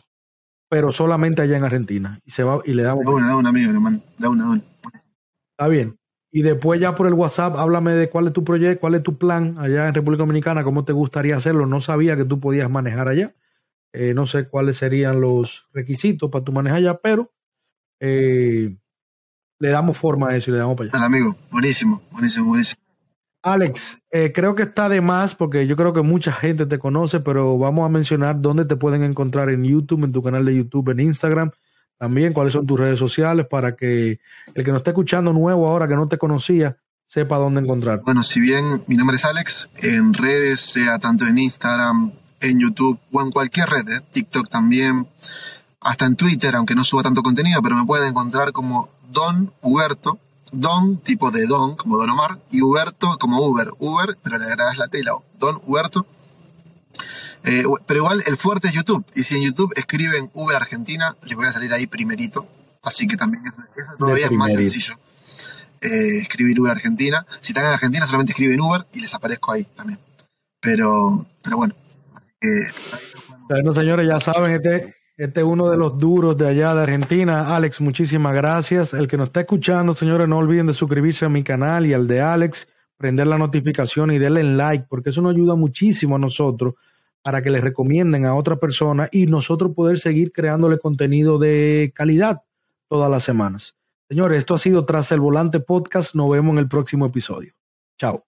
pero solamente allá en Argentina, y se va y le damos... Da una, da una, amigo, hermano, da una, da una. Está bien. Y después ya por el WhatsApp, háblame de cuál es tu proyecto, cuál es tu plan allá en República Dominicana, cómo te gustaría hacerlo. No sabía que tú podías manejar allá. Eh, no sé cuáles serían los requisitos para tu manejar allá, pero eh, le damos forma a eso y le damos para allá. Hola, amigo. Buenísimo, buenísimo, buenísimo. Alex, eh, creo que está de más porque yo creo que mucha gente te conoce, pero vamos a mencionar dónde te pueden encontrar en YouTube, en tu canal de YouTube, en Instagram, también cuáles son tus redes sociales para que el que nos esté escuchando nuevo ahora, que no te conocía, sepa dónde encontrar. Bueno, si bien mi nombre es Alex, en redes, sea tanto en Instagram, en YouTube o en cualquier red, ¿eh? TikTok también, hasta en Twitter, aunque no suba tanto contenido, pero me pueden encontrar como Don Huberto, Don, tipo de Don, como Don Omar, y Huberto como Uber, Uber, pero le agregas la T y la O, Don Huberto. Eh, pero igual el fuerte es YouTube, y si en YouTube escriben Uber Argentina, les voy a salir ahí primerito, así que también eso, eso todavía es más sencillo. Eh, escribir Uber Argentina. Si están en Argentina, solamente escriben Uber y les aparezco ahí también. Pero, pero bueno. Eh, bueno, señores, ya saben, este, este es uno de los duros de allá de Argentina. Alex, muchísimas gracias. El que nos está escuchando, señores, no olviden de suscribirse a mi canal y al de Alex, prender la notificación y denle like, porque eso nos ayuda muchísimo a nosotros para que les recomienden a otra persona y nosotros poder seguir creándole contenido de calidad todas las semanas. Señores, esto ha sido Tras el Volante Podcast. Nos vemos en el próximo episodio. Chao.